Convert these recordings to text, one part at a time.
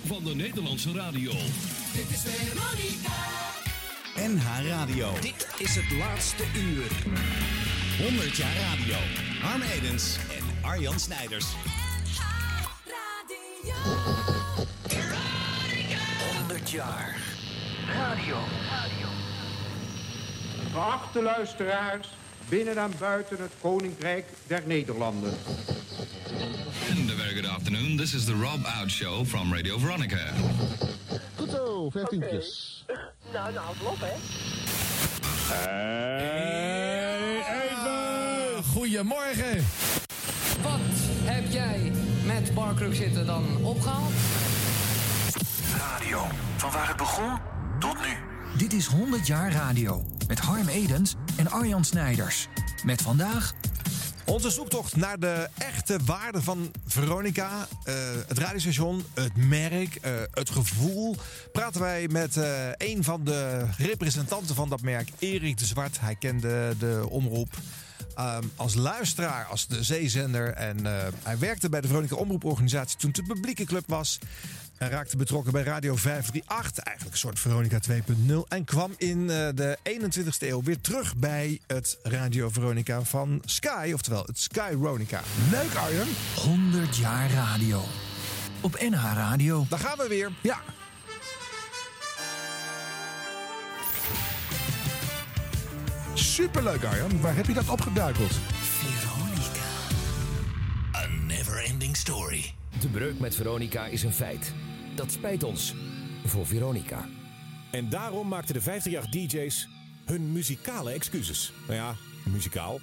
van de Nederlandse radio. Dit is Veronica. NH Radio. Dit is het laatste uur. 100 jaar radio. Harm Edens en Arjan Snijders. NH Radio. 100 jaar radio. Geachte luisteraars, binnen en buiten het Koninkrijk der Nederlanden. And a very good afternoon. This is the Rob Out Show from Radio Veronica. Goed zo, 15 keer. Nou, envelop, hè? Even! Goedemorgen! Wat heb jij met Barkruk zitten dan opgehaald? Radio, van waar het begon tot nu. Dit is 100 jaar radio. Met Harm Edens en Arjan Snijders. Met vandaag... Onze zoektocht naar de echte waarde van Veronica, het radiostation, het merk, het gevoel. Praten wij met een van de representanten van dat merk, Erik de Zwart. Hij kende de omroep als luisteraar, als de zeezender. En hij werkte bij de Veronica Omroeporganisatie toen het de publieke club was. Hij raakte betrokken bij Radio 538, eigenlijk een soort Veronica 2.0. En kwam in de 21ste eeuw weer terug bij het Radio Veronica van Sky. Oftewel het Sky Ronica. Leuk, Arjen. 100 jaar radio. Op NH Radio. Daar gaan we weer. Ja. Superleuk, Arjan. Waar heb je dat opgeduikeld? Veronica. A never-ending story. De breuk met Veronica is een feit. Dat spijt ons. Voor Veronica. En daarom maakten de 50-jarig DJ's hun muzikale excuses. Nou ja, muzikaal.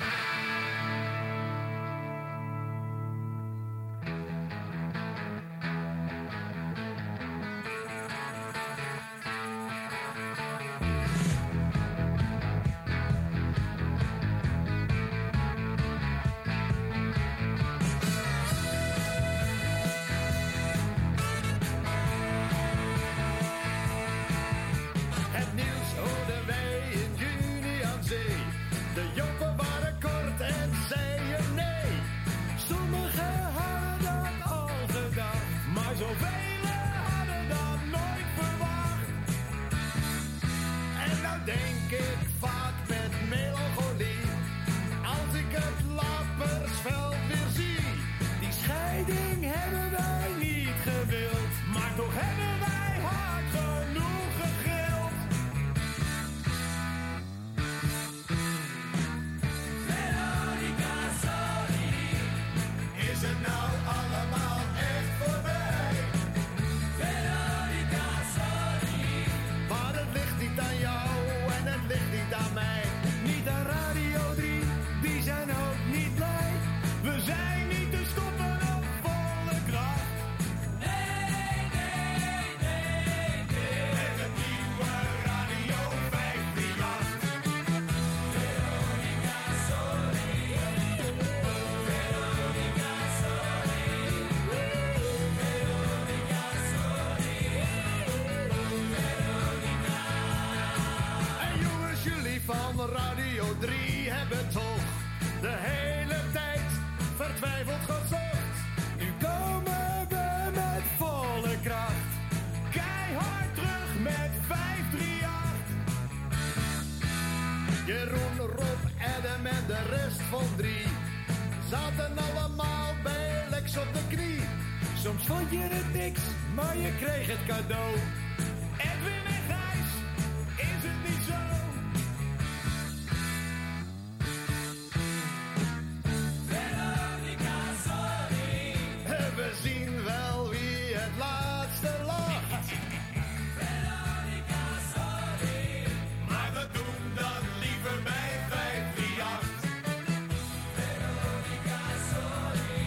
Jeroen, Rob, Adam en de rest van 3 zaten allemaal bij Lex op de knie. Soms vond je het niks, maar je kreeg het cadeau. Edwin en Gijs, is het niet zo? Veronica, sorry. We zien wel wie het laatste lacht. Veronica, sorry. Maar we doen dat liever bij 538. Veronica, sorry.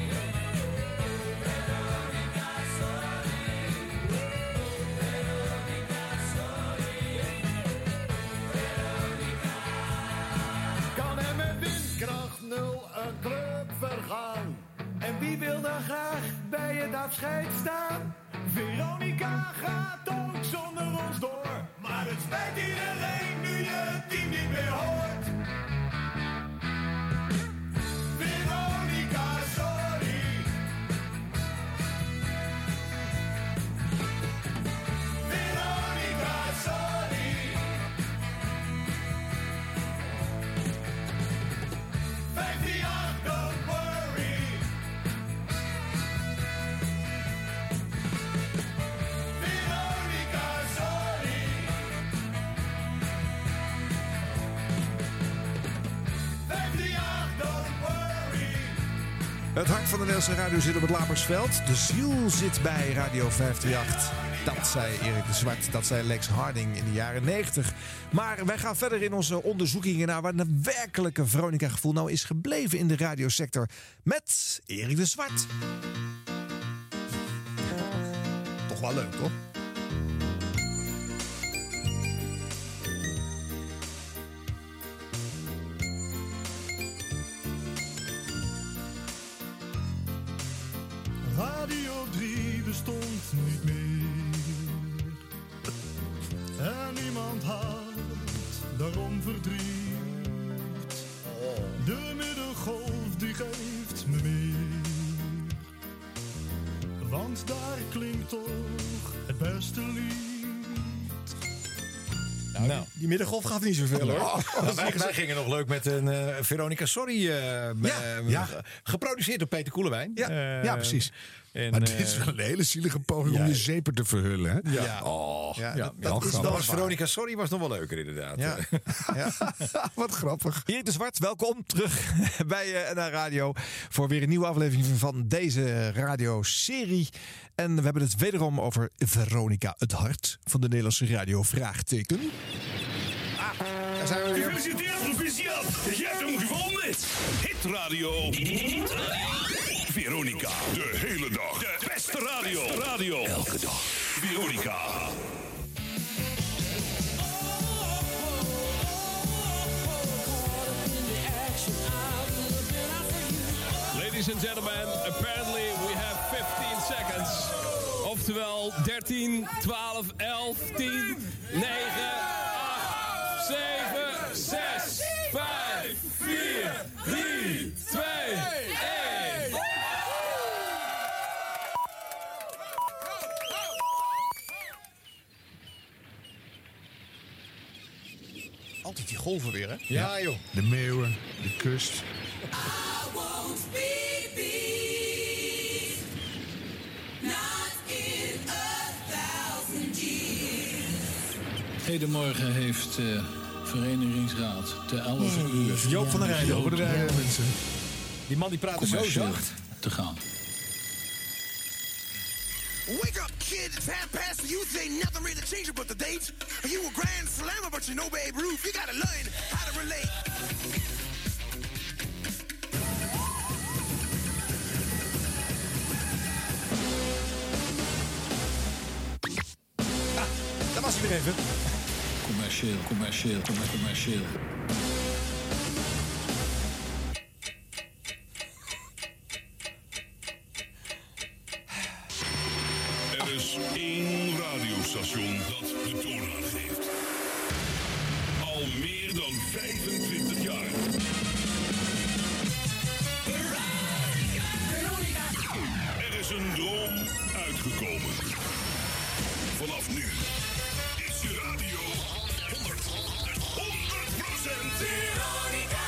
Veronica, sorry. Veronica, sorry. Veronica. Kan er met windkracht 0 een club vergaan? En wie wil dan graag bij het afscheid staan? Veronica gaat ook zonder ons door. Maar het spijt iedereen nu je het team niet meer hoort. Veronica, sorry. Het hart van de Nederlandse radio zit op het Lapersveld. De ziel zit bij Radio 538. Dat zei Erik de Zwart, dat zei Lex Harding in de jaren 90. Maar wij gaan verder in onze onderzoekingen naar waar het werkelijke Veronica-gevoel nou is gebleven in de radiosector. Met Erik de Zwart. Toch wel leuk, toch? Radio 3 bestond niet meer. En niemand had daarom verdriet. De middengolf die geeft me meer. Want daar klinkt toch het beste lied. Nou, die middengolf gaf niet zoveel hoor. Wij gingen nog leuk met een Veronica Sorry. Geproduceerd door Peter Koelewijn. Ja, precies. En, maar dit is wel een hele zielige poging om je zeeper te verhullen. Hè? Dat was Veronica Sorry was nog wel leuker inderdaad. Ja. Wat grappig. Erik de Zwart, welkom terug bij NH Radio voor weer een nieuwe aflevering van deze radioserie. En we hebben het wederom over Veronica, het hart van de Nederlandse radio. Vraagteken. Daar zijn we weer. Gefeliciteerd, proficiat. Je hebt hem gevonden. Hit Radio. Veronica. De hele dag. De beste radio. Elke dag. Veronica. Ladies and gentlemen, apparently we have 15 seconds. Oftewel 13, 12, 11, 10, 9, 8, 7, 6, 5, 4, 3, 2, 1. Altijd die golven weer, hè? Ja, joh. De meeuwen, de kust. Hedenmorgen heeft verenigingsraad te 11 uur... Joop van der Rijden. Joop van der Rijden, mensen. Die man die praat zo zacht. Te gaan. Wake up, kid. It's 5:30. You say nothing really changed but the date. You a grand slammer, but you know Babe Ruth. You gotta learn how to relate. Daar was hij weer even. Commercieel. Er is één radiostation dat de toon aangeeft. Al meer dan 25 jaar. Er is een droom uitgekomen. Vanaf nu is je radio 100% Veronica.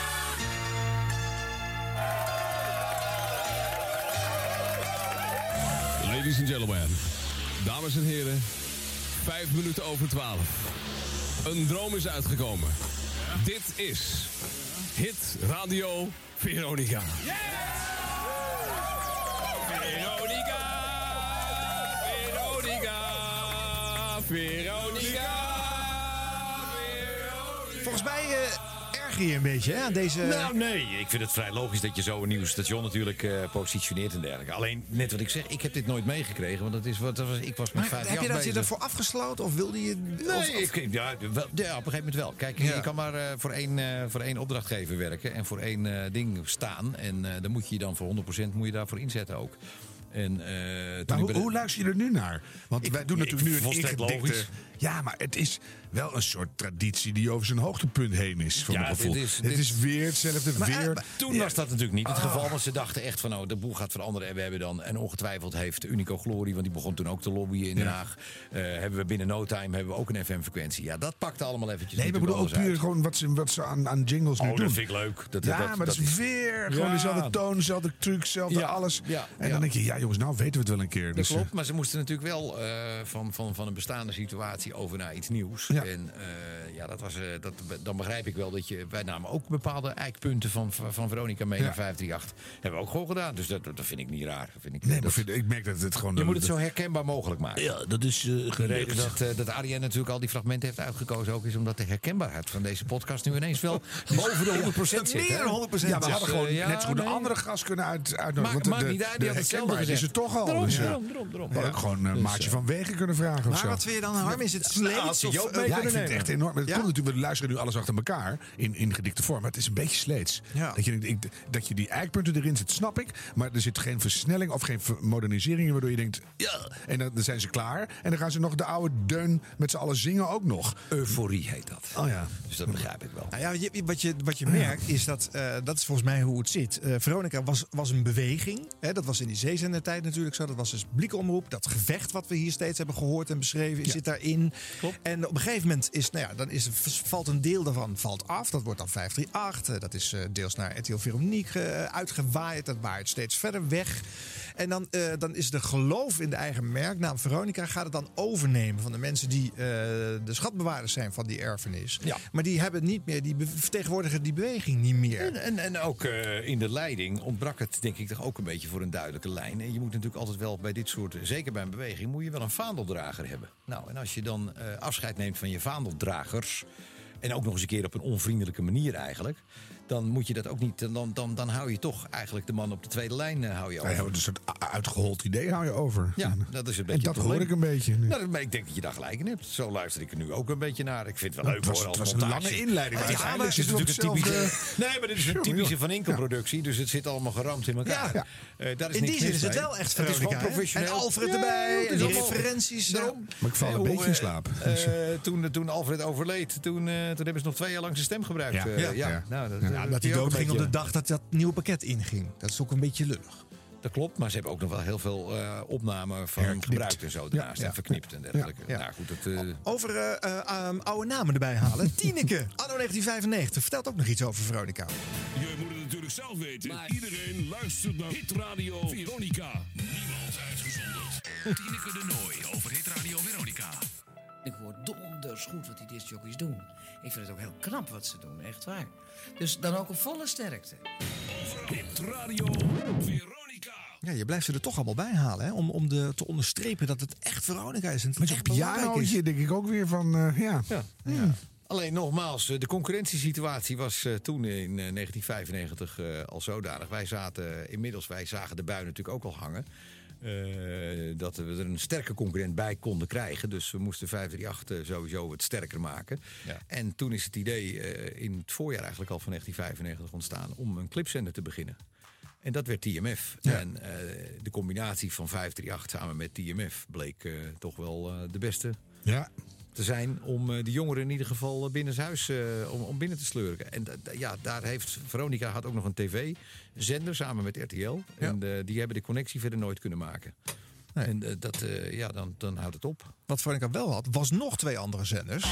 Ladies and gentlemen, dames en heren, 5 minuten over 12. Een droom is uitgekomen. Dit is Hit Radio Veronica. Veronica. Volgens mij erger je een beetje hè, aan deze... Nou nee, ik vind het vrij logisch dat je zo een nieuw station natuurlijk positioneert en dergelijke. Alleen, net wat ik zeg, ik heb dit nooit meegekregen, want ik was met 5 jaar bezig. Heb je dat ervoor afgesloten of wilde je... Nee, op een gegeven moment wel. Kijk, je kan maar voor één opdrachtgever werken en voor één ding staan. En dan moet je dan voor 100% moet je daarvoor inzetten ook. En, maar hoe luister je er nu naar? Want wij doen natuurlijk nu een ingedikte... Logisch. Ja, maar het is wel een soort traditie die over zijn hoogtepunt heen is. Van mijn gevoel. Dit is weer hetzelfde weer. Toen was dat natuurlijk niet het geval. Want ze dachten echt van, de boel gaat veranderen. En we hebben dan, en ongetwijfeld heeft Unico Glory, want die begon toen ook te lobbyen in Den Haag. Hebben we binnen no time hebben we ook een FM-frequentie. Ja, dat pakte allemaal eventjes. Nee, maar bedoel ook puur gewoon wat ze aan jingles nu doen. Dat vind ik leuk. Maar dat is weer gewoon dezelfde toon, dezelfde truc, dezelfde alles. En dan denk je, ja jongens, nou weten we het wel een keer. Dat klopt, maar ze moesten natuurlijk wel van een bestaande situatie over naar iets nieuws. Ja. En dan begrijp ik wel dat wij namen ook bepaalde eikpunten van Veronica mee naar 538. Hebben we ook gewoon gedaan. Dus dat vind ik niet raar. Ik merk dat het gewoon... Je moet het zo herkenbaar mogelijk maken. Ja, dat is de reden dat Arjen natuurlijk al die fragmenten heeft uitgekozen ook is omdat de herkenbaarheid van deze podcast nu ineens wel boven de 100% zit. Meer dan 100%. Ja, we hadden gewoon net zo goed een andere gast kunnen uitnodigen. Maakt niet uit, die had hetzelfde gezegd. Is het toch al. Daarom. We hadden ook gewoon een maatje van Wegen kunnen vragen. Maar wat vind je dan, Harm? Is het sleets? Ja, ik vind het echt enorm. Het komt natuurlijk, we luisteren nu alles achter elkaar in gedikte vorm. Maar het is een beetje sleets. Ja. Dat je die eikpunten erin zit, snap ik. Maar er zit geen versnelling of geen modernisering waardoor je denkt, ja. En dan zijn ze klaar. En dan gaan ze nog de oude deun met z'n allen zingen ook nog. Euforie heet dat. Oh ja. Dus dat begrijp ik wel. Nou ja, wat je merkt is dat is volgens mij hoe het zit. Veronica was een beweging. Hè, dat was in die zeezendertijd natuurlijk zo. Dat was dus publieke omroep. Dat gevecht wat we hier steeds hebben gehoord en beschreven zit daarin. Klopt. En op een gegeven moment valt een deel daarvan af. Dat wordt dan 538. Dat is deels naar RTL Veronique uitgewaaid. Dat waait steeds verder weg. En dan is de geloof in de eigen merknaam Veronica gaat het dan overnemen van de mensen die de schatbewaarders zijn van die erfenis. Ja. Maar die hebben niet meer, die vertegenwoordigen die beweging niet meer. En ook in de leiding ontbrak het denk ik toch ook een beetje voor een duidelijke lijn. En je moet natuurlijk altijd wel bij dit soort, zeker bij een beweging, moet je wel een vaandeldrager hebben. Nou, en als je dan afscheid neemt van je vaandeldragers en ook nog eens een keer op een onvriendelijke manier eigenlijk, dan moet je dat ook niet. Dan hou je toch eigenlijk de man op de tweede lijn hou je over. Ja, dus een uitgehold idee hou je over. Ja, dat is een beetje. En dat hoor ik een beetje. Nou, maar ik denk dat je daar gelijk in hebt. Zo luister ik er nu ook een beetje naar. Ik vind het wel leuk hoor. Het was een lange inleiding. Ja, maar het is natuurlijk een typische. Nee, maar dit is een typische Van Inkel-productie. Dus het zit allemaal geramd in elkaar. Ja. Daar is in die zin is het wel echt Veronica. Het is gewoon professioneel. En Alfred erbij. En die referenties. Maar ik val een beetje in slaap. Toen Alfred overleed, toen hebben ze nog 2 jaar lang zijn stem gebruikt. Dat hij dood ging op de dag dat nieuwe pakket inging. Dat is ook een beetje lullig. Dat klopt, maar ze hebben ook nog wel heel veel opnamen van gebruikt en zo daarnaast. En verknipt en dergelijke. Ja. Nou, goed, over oude namen erbij halen. Tineke, anno 1995, vertelt ook nog iets over Veronica. Je moet het natuurlijk zelf weten. Maar iedereen luistert naar Hitradio Veronica. Niemand uitgezonderd. Tineke de Nooi over Hitradio Veronica. Ik hoor donders goed wat die discjockeys doen. Ik vind het ook heel knap wat ze doen, echt waar. Dus dan ook een volle sterkte. Over Hitradio Veronica. Ja, je blijft ze er toch allemaal bij halen, hè? Om te onderstrepen dat het echt Veronica is. En het echt belangrijk is. Denk ik ook weer van, ja. Alleen nogmaals, de concurrentiesituatie was toen in 1995 al zodanig. Wij zagen de bui natuurlijk ook al hangen. Dat we er een sterke concurrent bij konden krijgen. Dus we moesten 538 sowieso het sterker maken. Ja. En toen is het idee in het voorjaar eigenlijk al van 1995 ontstaan om een clipzender te beginnen. En dat werd TMF. Ja. En de combinatie van 538 samen met TMF bleek toch wel de beste te zijn om de jongeren in ieder geval binnenshuis om binnen te sleuren. En daar heeft Veronica had ook nog een tv-zender samen met RTL. Ja. En die hebben de connectie verder nooit kunnen maken. Nee. En dan houdt het op. Wat Veronica wel had, was nog 2 andere zenders.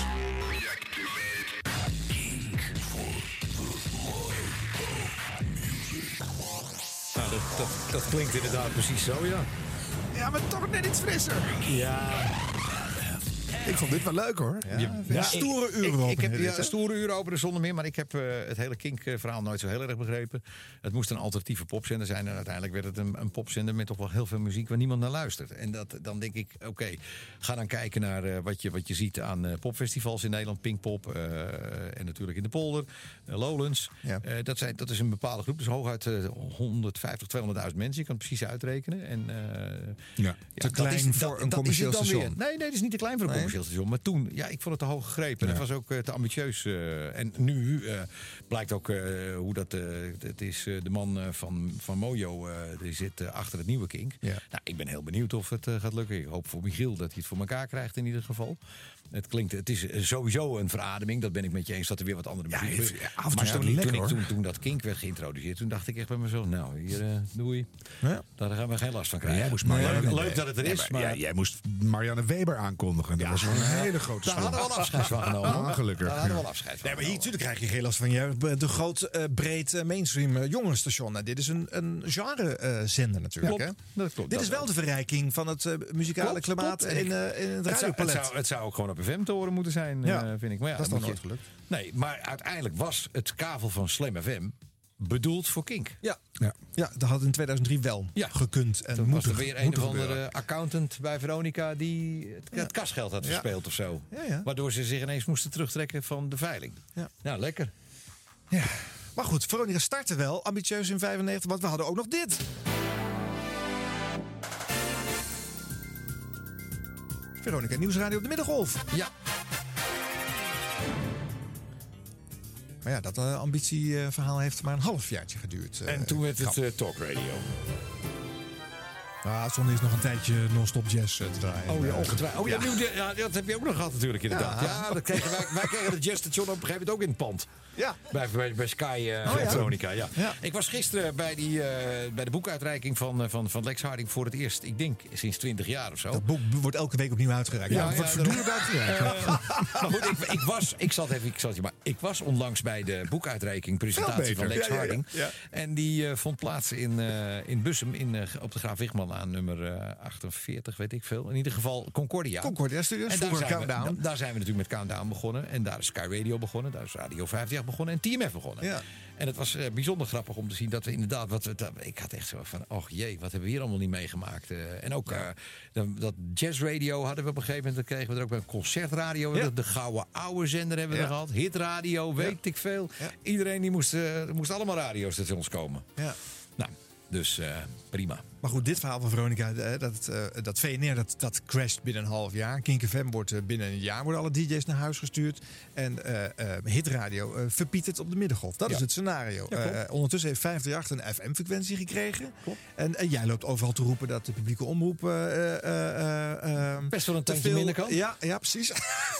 Nou, dat klinkt inderdaad precies zo, ja. Ja, maar toch net iets frisser. Ja. Ik vond dit wel leuk hoor. Stoere uren ik heb stoere uren openen zonder meer. Maar ik heb het hele Kink-verhaal nooit zo heel erg begrepen. Het moest een alternatieve popzender zijn. En uiteindelijk werd het een popzender met toch wel heel veel muziek waar niemand naar luistert. En dan denk ik, oké, ga dan kijken naar wat je ziet aan popfestivals in Nederland. Pinkpop en natuurlijk in de Polder. Lowlands. Ja. Dat is een bepaalde groep. Dus hooguit 150, 200.000 mensen. Je kan het precies uitrekenen. En, te klein voor een commercieel station. Nee, dat is niet te klein voor een commercieel station. Maar toen, ik vond het te hoog gegrepen. Ja. Het was ook te ambitieus. En nu blijkt ook hoe dat... het is de man van Mojo, die zit achter het nieuwe Kink. Ja. Nou, ik ben heel benieuwd of het gaat lukken. Ik hoop voor Michiel dat hij het voor elkaar krijgt in ieder geval. Het is sowieso een verademing. Dat ben ik met je eens dat er weer wat andere muziek is. Maar toen dat Kink werd geïntroduceerd, toen dacht ik echt bij mezelf, nou, hier doei. Ja. Daar gaan we geen last van krijgen. Leuk dat het er is. Maar jij moest Marianne Weber aankondigen. Dat was een hele grote Daar hadden we al afscheid van genomen. Gelukkig. Daar hadden we al afscheid van Nee, maar hier natuurlijk krijg je geen last van de groot, breed mainstream jongerenstation. Nou, dit is een genre-zender natuurlijk. Klopt, Hè? dat klopt. Dit is wel de verrijking van het muzikale klimaat in het radiopalet. Het zou ook gewoon op FM te horen moeten zijn, vind ik. Maar ja, dat is nog nooit gelukt. Nee, maar uiteindelijk was het kavel van Slam FM bedoeld voor Kink. Ja, dat had in 2003 wel gekund. En toen was er weer een of andere accountant bij Veronica die het kasgeld had verspeeld of zo. Ja. Waardoor ze zich ineens moesten terugtrekken van de veiling. Ja. Nou, lekker. Ja. Maar goed, Veronica startte wel ambitieus in 95, want we hadden ook nog dit. Veronica Nieuwsradio op de Middengolf. Ja. Maar ja, dat ambitieverhaal heeft maar een halfjaartje geduurd. En toen werd het talkradio. Zonder is nog een tijdje non-stop jazz te draaien. Oh ja, ongetwijfeld. Dat heb je ook nog gehad natuurlijk inderdaad. Ja, dat kregen wij kregen het jazzstation op een gegeven moment ook in het pand. Ja. Bij Sky Veronica. Ja. Ik was gisteren bij de boekuitreiking van Lex Harding voor het eerst. Ik denk sinds 20 jaar of zo. Dat boek wordt elke week opnieuw uitgereikt. Wordt voortdurend uitgereikt. Maar goed, ik was onlangs bij de boekuitreiking presentatie van Lex Harding. Ja. En die vond plaats in Bussum op de Graaf Wichman aan nummer 48, weet ik veel. In ieder geval Concordia. Concordia Studios, vroeger Countdown. Daar zijn we natuurlijk met Countdown begonnen. En daar is Sky Radio begonnen. Daar is Radio 50 begonnen. En TMF begonnen. Ja. En het was bijzonder grappig om te zien dat we inderdaad... ik had echt zo van, och jee, wat hebben we hier allemaal niet meegemaakt. En ook dat jazzradio hadden we op een gegeven moment. Dan kregen we er ook bij concertradio. Ja. De gouden oude zender hebben we er gehad. Hitradio, weet ik veel. Ja. Iedereen die moest allemaal radiostations komen. Ja. Nou, dus prima. Maar goed, dit verhaal van Veronica, dat VNR, dat crasht binnen een half jaar. Kink FM wordt binnen een jaar worden alle DJ's naar huis gestuurd. En Hitradio verpietert op de Middengolf. Dat is het scenario. Ja, ondertussen heeft 538 een FM-frequentie gekregen. En jij loopt overal te roepen dat de publieke omroep... best wel een tandje minder kan. Ja, precies.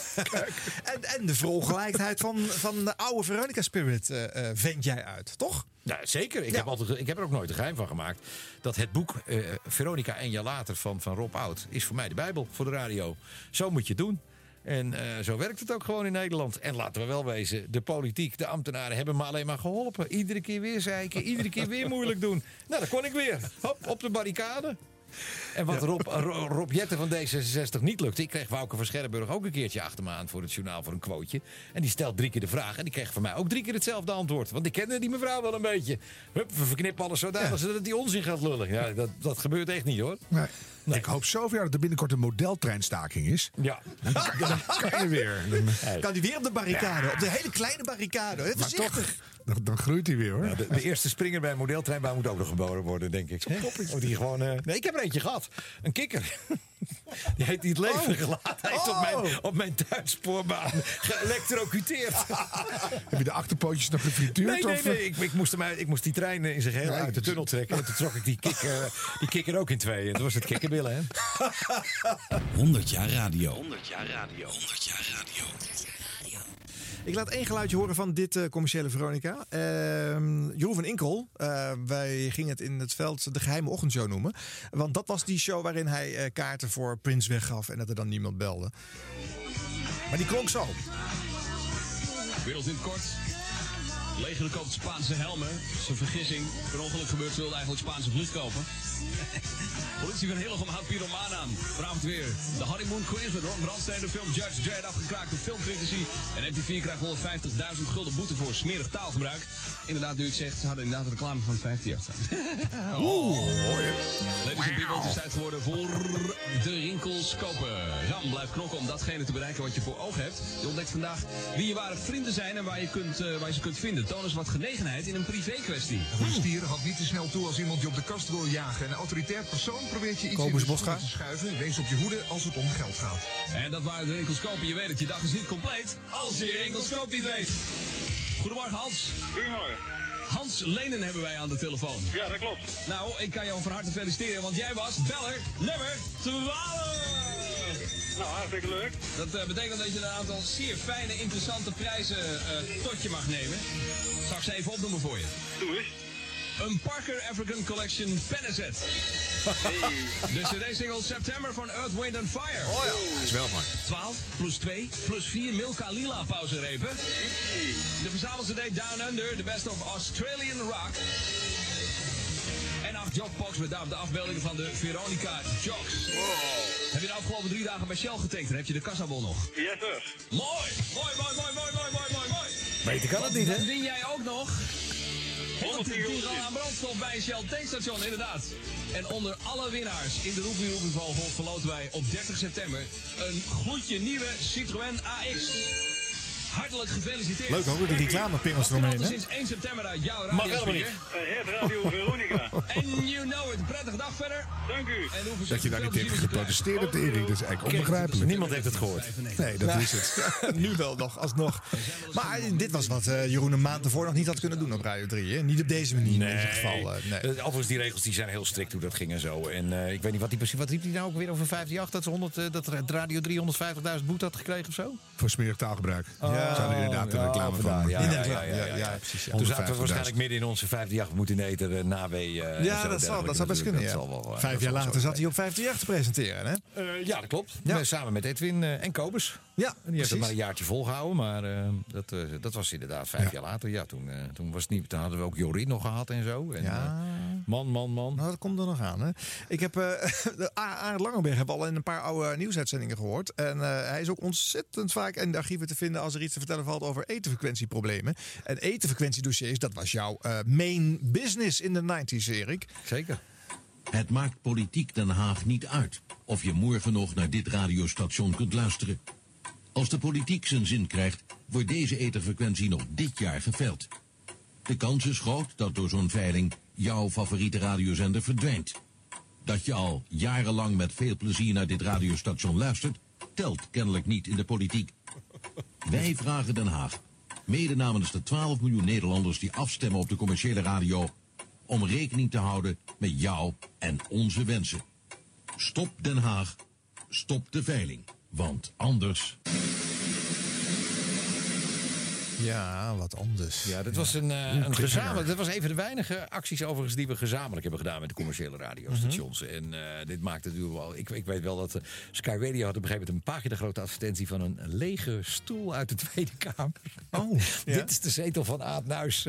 en de verongelijkheid van de oude Veronica-spirit vent jij uit, toch? Ja, zeker. Ik heb er ook nooit een geheim van gemaakt. Dat het boek Veronica 1 jaar later van Rob Oud is voor mij de Bijbel voor de radio. Zo moet je het doen. En zo werkt het ook gewoon in Nederland. En laten we wel wezen, de politiek, de ambtenaren hebben me alleen maar geholpen. Iedere keer weer zeiken, iedere keer weer moeilijk doen. Nou, dan kon ik weer. Hop, op de barricade. En wat Rob Jetten van D66 niet lukte... ik kreeg Wouke van Scherrenburg ook een keertje achter me aan... voor het journaal voor een quoteje. En die stelt 3 keer de vraag. En die kreeg van mij ook 3 keer hetzelfde antwoord. Want ik kende die mevrouw wel een beetje. Hup, we verknippen alles zodanig zodat die onzin gaat lullen. Ja, dat gebeurt echt niet, hoor. Nee. Ik hoop zo voor jou dat er binnenkort een modeltreinstaking is. Ja. Dan kan je weer. Kan die weer op de barricade. Ja. Op de hele kleine barricade. Even voorzichtig. Dan groeit hij weer, hoor. Ja, de eerste springer bij een modeltreinbaan moet ook nog geboren worden, denk ik. Oh, die gewoon, nee, ik heb er eentje gehad. Een kikker. Die heeft niet het leven gelaten. Hij heeft op mijn tuinspoorbaan geëlectrocuteerd. Heb je de achterpootjes nog gefrituurd? Nee. Ik moest die trein in zijn geheel uit de tunnel trekken. En toen trok ik die kikker ook in 2. En toen was het kikkerbillen, hè? 100 jaar radio. 100 jaar radio. 100 jaar radio. Ik laat 1 geluidje horen van dit commerciële Veronica. Jeroen van Inkel, wij gingen het in het veld de geheime ochtendshow noemen. Want dat was die show waarin hij kaarten voor Prince weggaf en dat er dan niemand belde. Maar die klonk zo. Wereld in het kort. Leger koopt Spaanse helmen. Dat is een vergissing. Per ongeluk gebeurt, ze wilden eigenlijk Spaanse vlucht kopen. Politie van Hillegom houdt pyromaan aan. Vanavond weer de Honeymoon Quiz met Ron Brandstede, de film Judge Dredd, afgekraakte filmcritici. En MTV krijgt 150.000 gulden boete voor smerig taalgebruik. Inderdaad, nu ik zeg, ze hadden inderdaad reclame van 50 staan. Ladies and people, het is tijd geworden voor de Rinkelskopen. Ram blijft knokken om datgene te bereiken wat je voor ogen hebt. Je ontdekt vandaag wie je ware vrienden zijn en waar je ze kunt vinden. Toon eens wat genegenheid in een privé-kwestie. Een goede stier gaat niet te snel toe als iemand je op de kast wil jagen. Een autoritair persoon probeert je iets in de schoenen te schuiven. Wees op je hoede als het om geld gaat. En dat waren de Rinkelskopen. Je weet het, je dag is niet compleet als je je Rinkelskoop niet weet. Goedemorgen, Hans. Goedemorgen. Hans Lenen hebben wij aan de telefoon. Ja, dat klopt. Nou, ik kan jou van harte feliciteren, want jij was beller nummer 12. Nou, hartstikke leuk. Dat betekent dat je een aantal zeer fijne, interessante prijzen tot je mag nemen. Zal ik ze even opnoemen voor je? Doe eens. een Parker African Collection penneset. De CD-single September van Earth, Wind and Fire. Oh ja, dat is wel mooi. 12 plus 2 plus 4 Milka Lila pauzerepen. De verzamel-CD Down Under, the best of Australian rock. En 8 jogbox met daarop de afbeeldingen van de Veronica Jogs. Wow. Heb je de afgelopen 3 dagen bij Shell getankt? Dan heb je de kassabon nog. Yes, sir. Mooi, mooi, mooi, mooi, mooi, mooi, mooi, mooi, mooi. Beter kan het niet, hè? Dan win jij ook nog 110 kilo aan brandstof bij een Shell tankstation, inderdaad. En onder alle winnaars in de Roepie-Roepie-vogel verloten wij op 30 september een gloedje nieuwe Citroën AX. Hartelijk gefeliciteerd. Leuk hoor, de reclamepingels eromheen, hè? Sinds 1 september uit jouw radio. Mag helemaal niet. Het Radio Veronica. En you know it. Prettige dag verder. Dank u. Dat je daar niet tegen geprotesteerd hebt, Erik, dat is eigenlijk onbegrijpelijk. Niemand heeft het gehoord. Nee, dat is het. Nu wel nog, alsnog. Maar dit was wat Jeroen een maand ervoor nog niet had kunnen doen op Radio 3. Hè? Niet op deze manier in ieder geval. Nee. Overigens, die regels die zijn heel strikt hoe dat ging en zo. En ik weet niet wat hij precies... Wat riep hij nou ook weer over 538? Dat Radio 3 150.000 boete had gekregen of zo? Voor smerig taalgebruik. Zou er inderdaad de reclame van. Ja, precies. Toen zaten we waarschijnlijk midden in onze 538 moeten eten na W. Ja, dat zou best kunnen. Ja. 5 jaar later zat hij op 538 te presenteren, hè? Ja, dat klopt. Ja. Samen met Edwin en Kobus. Ja, en die heeft het maar een jaartje volgehouden, maar dat was inderdaad 5 jaar later. Ja, toen was het niet. Toen hadden we ook Jorien nog gehad en zo. En, man. Nou, dat komt er nog aan, hè? Ik heb Arend Langenberg heb al in een paar oude nieuwsuitzendingen gehoord. En hij is ook ontzettend vaak in de archieven te vinden als er iets te vertellen valt over etenfrequentieproblemen. En etenfrequentiedossiers, dat was jouw main business in de 90s, Erik. Zeker. Het maakt politiek Den Haag niet uit of je morgen nog naar dit radiostation kunt luisteren. Als de politiek zijn zin krijgt, wordt deze etenfrequentie nog dit jaar geveild. De kans is groot dat door zo'n veiling jouw favoriete radiozender verdwijnt. Dat je al jarenlang met veel plezier naar dit radiostation luistert, telt kennelijk niet in de politiek. Wij vragen Den Haag, mede namens de 12 miljoen Nederlanders die afstemmen op de commerciële radio, om rekening te houden met jou en onze wensen. Stop Den Haag, stop de veiling, want anders... Ja, wat anders. Ja, dit was een gezamenlijk. Dit was een van de weinige acties overigens die we gezamenlijk hebben gedaan met de commerciële radiostations. En dit maakte natuurlijk wel. Ik weet wel dat Sky Radio had op een gegeven moment een pagina grote advertentie van een lege stoel uit de Tweede Kamer. Oh, ja. Dit is de zetel van Aad Nuis.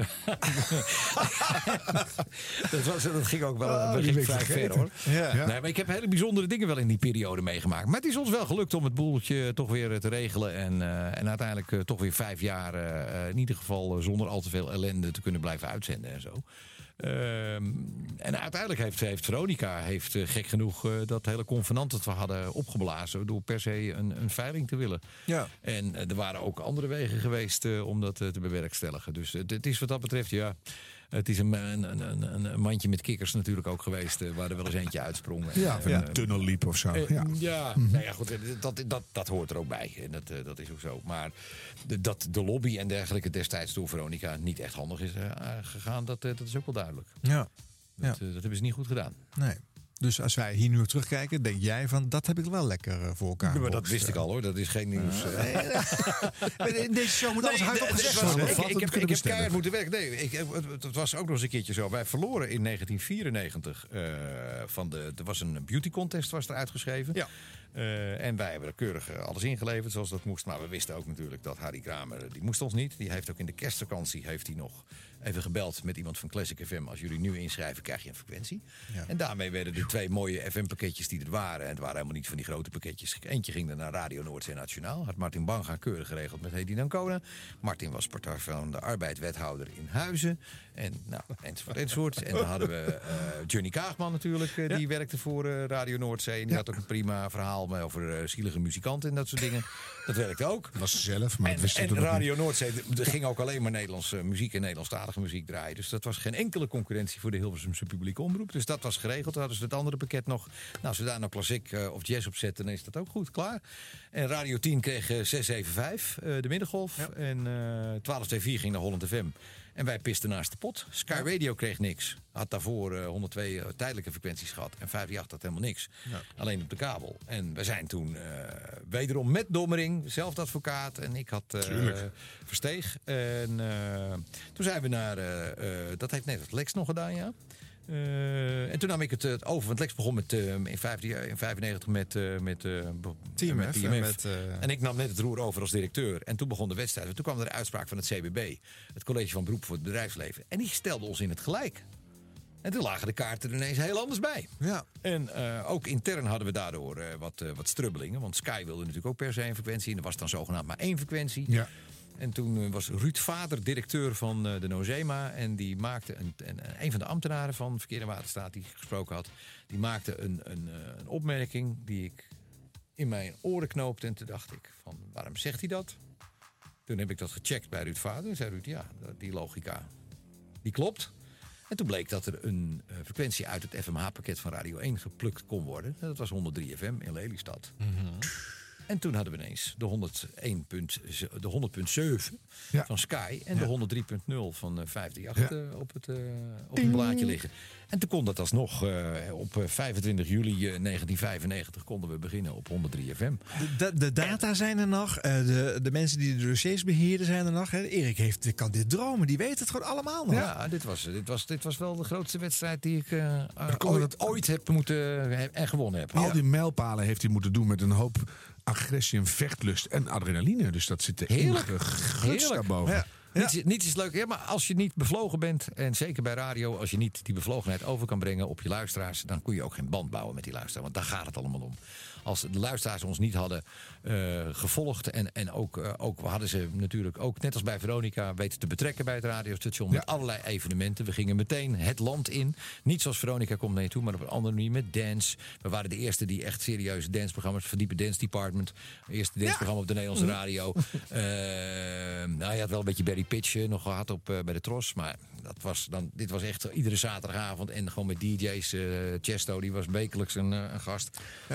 dat ging ook wel vrij ver, hoor. Ja. Nee, maar ik heb hele bijzondere dingen wel in die periode meegemaakt. Maar het is ons wel gelukt om het boeltje toch weer te regelen. En uiteindelijk toch weer 5 jaar in ieder geval zonder al te veel ellende te kunnen blijven uitzenden en zo. En uiteindelijk heeft Veronica gek genoeg dat hele convenant dat we hadden opgeblazen door per se een veiling te willen. Ja. En er waren ook andere wegen geweest om dat te bewerkstelligen. Dus het is wat dat betreft, ja. Het is een mandje met kikkers natuurlijk ook geweest, waar er wel eens eentje uitsprong. Ja, of een tunnel liep of zo. Nou ja, goed, dat hoort er ook bij. En dat is ook zo. Maar dat de lobby en dergelijke destijds door Veronica niet echt handig is gegaan, dat is ook wel duidelijk. Ja. Dat hebben ze niet goed gedaan. Nee. Dus als wij hier nu terugkijken, denk jij van, dat heb ik wel lekker voor elkaar. Ja, maar dat wist ik al, hoor. Dat is geen nieuws. In deze show moet alles hard opgezet worden. Ik heb keihard moeten werken. Nee, het was ook nog eens een keertje zo. Wij verloren in 1994 er was een beauty contest was er uitgeschreven. Ja. En wij hebben er keurig alles ingeleverd zoals dat moest. Maar we wisten ook natuurlijk dat Harry Kramer, die moest ons niet. Die heeft ook in de kerstvakantie nog even gebeld met iemand van Classic FM. Als jullie nu inschrijven, krijg je een frequentie. Ja. En daarmee werden de 2 mooie FM-pakketjes die er waren. En het waren helemaal niet van die grote pakketjes. Eentje ging er naar Radio Noordzee Nationaal. Had Martin Banga keurig geregeld met Hedy Dancona. Martin was Partij van de Arbeid wethouder in Huizen. En enzovoort. En dan hadden we Johnny Kaagman natuurlijk. Die werkte voor Radio Noordzee. En die had ook een prima verhaal over zielige muzikanten en dat soort dingen. Dat werkte ook. Dat was ze zelf, maar en Radio Noordzee ging ook alleen maar Nederlandse muziek en Nederlandstalige muziek draaien. Dus dat was geen enkele concurrentie voor de Hilversumse publieke omroep. Dus dat was geregeld. Toen hadden ze het andere pakket nog. Nou, als we daar nou klassiek of jazz op zetten, dan is dat ook goed, klaar. En Radio 10 kreeg 675, de middengolf. Ja. En 1224 ging naar Holland FM. En wij pisten naast de pot. Sky Radio kreeg niks. Had daarvoor 102 tijdelijke frequenties gehad. En 538 had helemaal niks. Ja. Alleen op de kabel. En wij zijn toen wederom met Dommering, zelfde advocaat. En ik had Versteeg. En toen zijn we naar... dat heeft net het Lex nog gedaan, ja. En toen nam ik het over. Want Lex begon met, in 95 met TMF. En ik nam net het roer over als directeur. En toen begon de wedstrijd. En toen kwam er een uitspraak van het CBB. Het College van Beroep voor het Bedrijfsleven. En die stelde ons in het gelijk. En toen lagen de kaarten er ineens heel anders bij. Ja. En ook intern hadden we daardoor wat strubbelingen. Want Sky wilde natuurlijk ook per se een frequentie. En er was dan zogenaamd maar 1 frequentie. Ja. En toen was Ruud Vader directeur van de Nozema. En die maakte een van de ambtenaren van Verkeer en Waterstaat die gesproken had. Die maakte een opmerking die ik in mijn oren knoopte. En toen dacht ik van, waarom zegt hij dat? Toen heb ik dat gecheckt bij Ruud Vader. En zei Ruud, ja, die logica, die klopt. En toen bleek dat er een frequentie uit het FMH-pakket van Radio 1 geplukt kon worden. En dat was 103 FM in Lelystad. Mm-hmm. En toen hadden we ineens de 100.7 van Sky en de 103.0 van 538 op het blaadje liggen. En toen kon dat alsnog op 25 juli 1995 konden we beginnen op 103 FM. De data zijn er nog. De mensen die de dossiers beheerden zijn er nog. Hè. Erik kan dit dromen. Die weet het gewoon allemaal nog. Ja, dit was wel de grootste wedstrijd die ik ooit heb en gewonnen heb. Al die mijlpalen heeft hij moeten doen met een hoop agressie en vechtlust en adrenaline. Dus dat zit er ingegutst daarboven. Ja. Ja. Niets is leuk. Ja, maar als je niet bevlogen bent, en zeker bij radio, als je niet die bevlogenheid over kan brengen op je luisteraars, dan kun je ook geen band bouwen met die luisteraar. Want daar gaat het allemaal om. Als de luisteraars ons niet hadden gevolgd en ook hadden ze natuurlijk ook, net als bij Veronica, weten te betrekken bij het radiostation met allerlei evenementen. We gingen meteen het land in. Niet zoals Veronica komt naar je toe, maar op een andere manier met dance. We waren de eerste die echt serieuze danceprogramma's, Verdiepe Dance Department, eerste danceprogramma op de Nederlandse radio. Je had wel een beetje Barry Pitch nog gehad bij de Tros, maar dit was echt iedere zaterdagavond en gewoon met DJ's. Chesto, die was wekelijks een gast.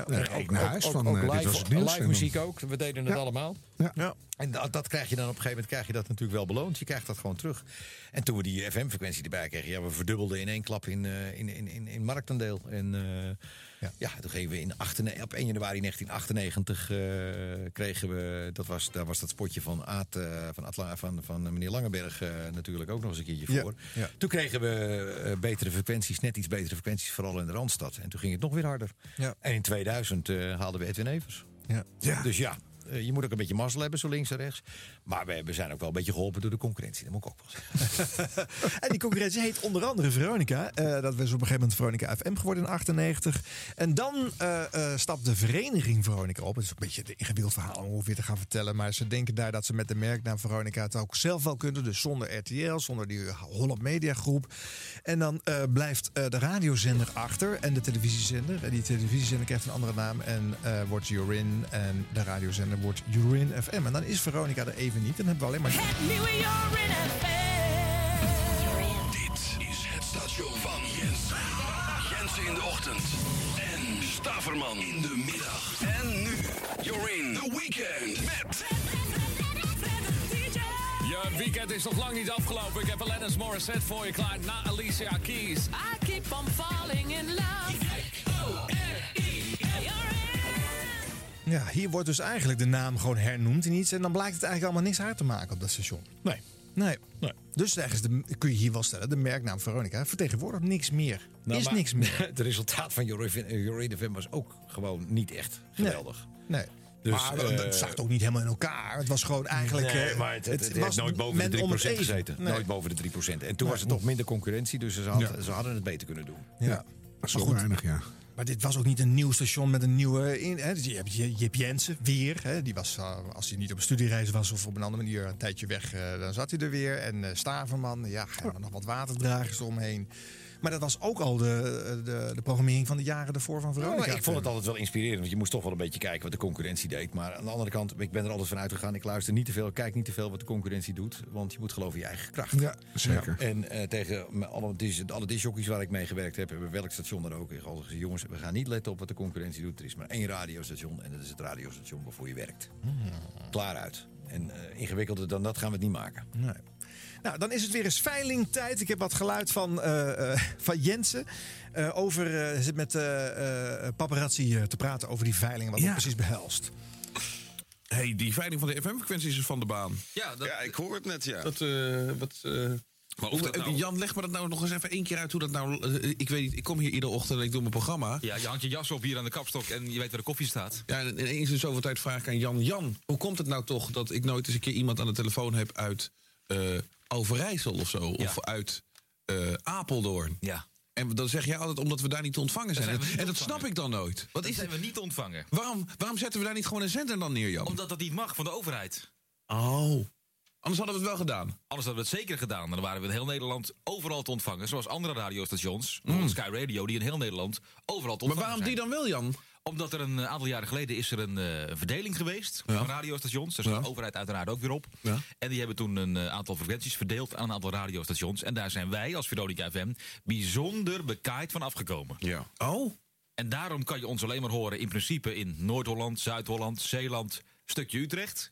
Live muziek ook. We deden het allemaal. Ja. En dat krijg je dan op een gegeven moment dat natuurlijk wel beloond. Je krijgt dat gewoon terug. En toen we die FM-frequentie erbij kregen, we verdubelden in één klap in marktaandeel. En toen gingen we op 1 januari 1998 kregen we, daar was dat spotje van van meneer Langenberg natuurlijk ook nog eens een keertje voor. Ja. Toen kregen we betere frequenties, net iets betere frequenties, vooral in de Randstad. En toen ging het nog weer harder. Ja. En in 2000 haalden we Edwin Evers. Ja. Dus ja. Je moet ook een beetje mazzel hebben, zo links en rechts. Maar we zijn ook wel een beetje geholpen door de concurrentie. Dat moet ik ook wel zeggen. En die concurrentie heet onder andere Veronica. Dat was op een gegeven moment Veronica FM geworden in 98. En dan stapt de vereniging Veronica op. Het is een beetje een ingewikkeld verhaal om ongeveer te gaan vertellen. Maar ze denken daar dat ze met de merknaam Veronica het ook zelf wel kunnen. Dus zonder RTL, zonder die Holland Media Groep. En dan blijft de radiozender achter en de televisiezender. En die televisiezender krijgt een andere naam en wordt Jorin. En de radiozender wordt Jorin FM. En dan is Veronica er even niet. Dan hebben we alleen maar... Het nieuwe Jorin FM. Dit is het station van Jensen. Jensen in de ochtend. En Staverman in de middag. En nu Jorin The Weekend met... Je weekend is nog lang niet afgelopen. Ik heb Alanis Morissette voor je klaar na Alicia Keys. I keep on falling in love. Ja, hier wordt dus eigenlijk de naam gewoon hernoemd in iets. En dan blijkt het eigenlijk allemaal niks uit te maken op dat station. Nee. Dus ergens kun je hier wel stellen, de merknaam Veronica vertegenwoordigt niks meer. Niks meer. Het resultaat van Jorin FM was ook gewoon niet echt geweldig. Nee. Dus, maar het zat ook niet helemaal in elkaar. Het was gewoon eigenlijk... Nee, maar het was nooit boven de 3% gezeten. Nee. Nooit boven de 3%. En toen was het toch minder concurrentie, dus ze hadden het beter kunnen doen. Ja. Zo weinig, ja. Maar dit was ook niet een nieuw station met een nieuwe... Je hebt Jip Jensen weer. Hè, die was, als hij niet op een studiereis was of op een andere manier een tijdje weg... dan zat hij er weer. En Staverman, nog wat waterdragers eromheen. Maar dat was ook al de programmering van de jaren ervoor van Veronica. Ik vond het altijd wel inspirerend. Want je moest toch wel een beetje kijken wat de concurrentie deed. Maar aan de andere kant, ik ben er altijd van uitgegaan. Ik luister niet te veel, kijk niet te veel wat de concurrentie doet. Want je moet geloven in je eigen kracht. Ja, zeker. En tegen alle discjockeys waar ik mee gewerkt heb... hebben welk station dan ook gezegd... jongens, we gaan niet letten op wat de concurrentie doet. Er is maar 1 radiostation en dat is het radiostation waarvoor je werkt. Klaar uit. En ingewikkelder dan dat gaan we het niet maken. Nee. Nou, dan is het weer eens veilingtijd. Ik heb wat geluid van Jensen. Zit met paparazzi te praten over die veiling. Wat het precies behelst. Hey, die veiling van de FM-frequenties is van de baan. Ja, ik hoor het net, ja. Maar Jan, leg me dat nou nog eens even 1 keer uit hoe dat nou... ik weet niet, ik kom hier iedere ochtend en ik doe mijn programma. Ja, je hangt je jas op hier aan de kapstok en je weet waar de koffie staat. Ja, en eens in zoveel tijd vraag ik aan Jan... Jan, hoe komt het nou toch dat ik nooit eens een keer iemand aan de telefoon heb uit Overijssel of zo? Ja. Of uit Apeldoorn? Ja. En dan zeg jij altijd omdat we daar niet te ontvangen zijn. En dat snap ik dan nooit. Zijn we niet te ontvangen. Waarom zetten we daar niet gewoon een zender dan neer, Jan? Omdat dat niet mag van de overheid. Oh. Anders hadden we het wel gedaan. Anders hadden we het zeker gedaan. En dan waren we in heel Nederland overal te ontvangen. Zoals andere radiostations, bijvoorbeeld Sky Radio, die in heel Nederland overal te ontvangen Maar waarom zijn. die dan wel, Jan? Omdat er een aantal jaren geleden is er een verdeling geweest van radiostations. Daar zit de overheid uiteraard ook weer op. Ja. En die hebben toen een aantal frequenties verdeeld aan een aantal radiostations. En daar zijn wij als Veronica FM bijzonder bekaaid van afgekomen. Ja. Oh? En daarom kan je ons alleen maar horen in principe in Noord-Holland, Zuid-Holland, Zeeland, stukje Utrecht.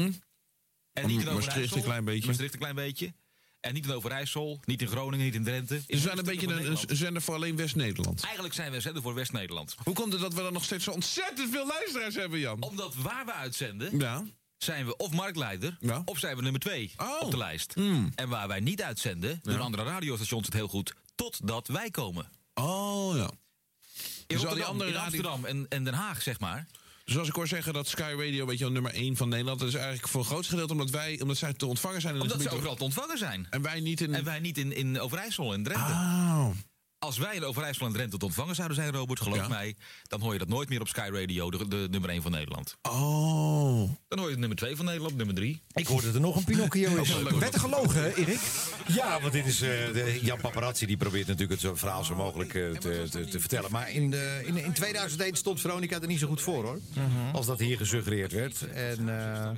En niet in Maastricht een klein beetje. Maastricht een klein beetje. En niet in Overijssel, niet in Groningen, niet in Drenthe. We zijn een beetje een zender voor alleen West-Nederland. Eigenlijk zijn we een zender voor West-Nederland. Hoe komt het dat we dan nog steeds zo ontzettend veel luisteraars hebben, Jan? Omdat waar we uitzenden, zijn we of marktleider, of zijn we nummer 2 op de lijst. En waar wij niet uitzenden, doen andere radiostations het heel goed, totdat wij komen. Oh ja. In Rotterdam, in Amsterdam en Den Haag, zeg maar. Dus als ik hoor zeggen dat Sky Radio, weet je wel, nummer 1 van Nederland... dat is eigenlijk voor een groot gedeelte omdat zij te ontvangen zijn. Omdat ze overal te ontvangen zijn. En wij niet in Overijssel en Drenthe. Oh. Als wij in Overijssel en Drenthe te ontvangen zouden zijn, Robert, geloof mij... dan hoor je dat nooit meer op Sky Radio, de nummer 1 van Nederland. Oh. Dan hoor je de nummer 2 van Nederland, nummer 3. Ik hoorde er nog een Pinocchio is. Werd er gelogen, Erik? Ja, want dit is Jan Paparazzi, die probeert natuurlijk het verhaal zo mogelijk te vertellen. Maar in 2001 stond Veronica er niet zo goed voor, hoor. Als dat hier gesuggereerd werd. En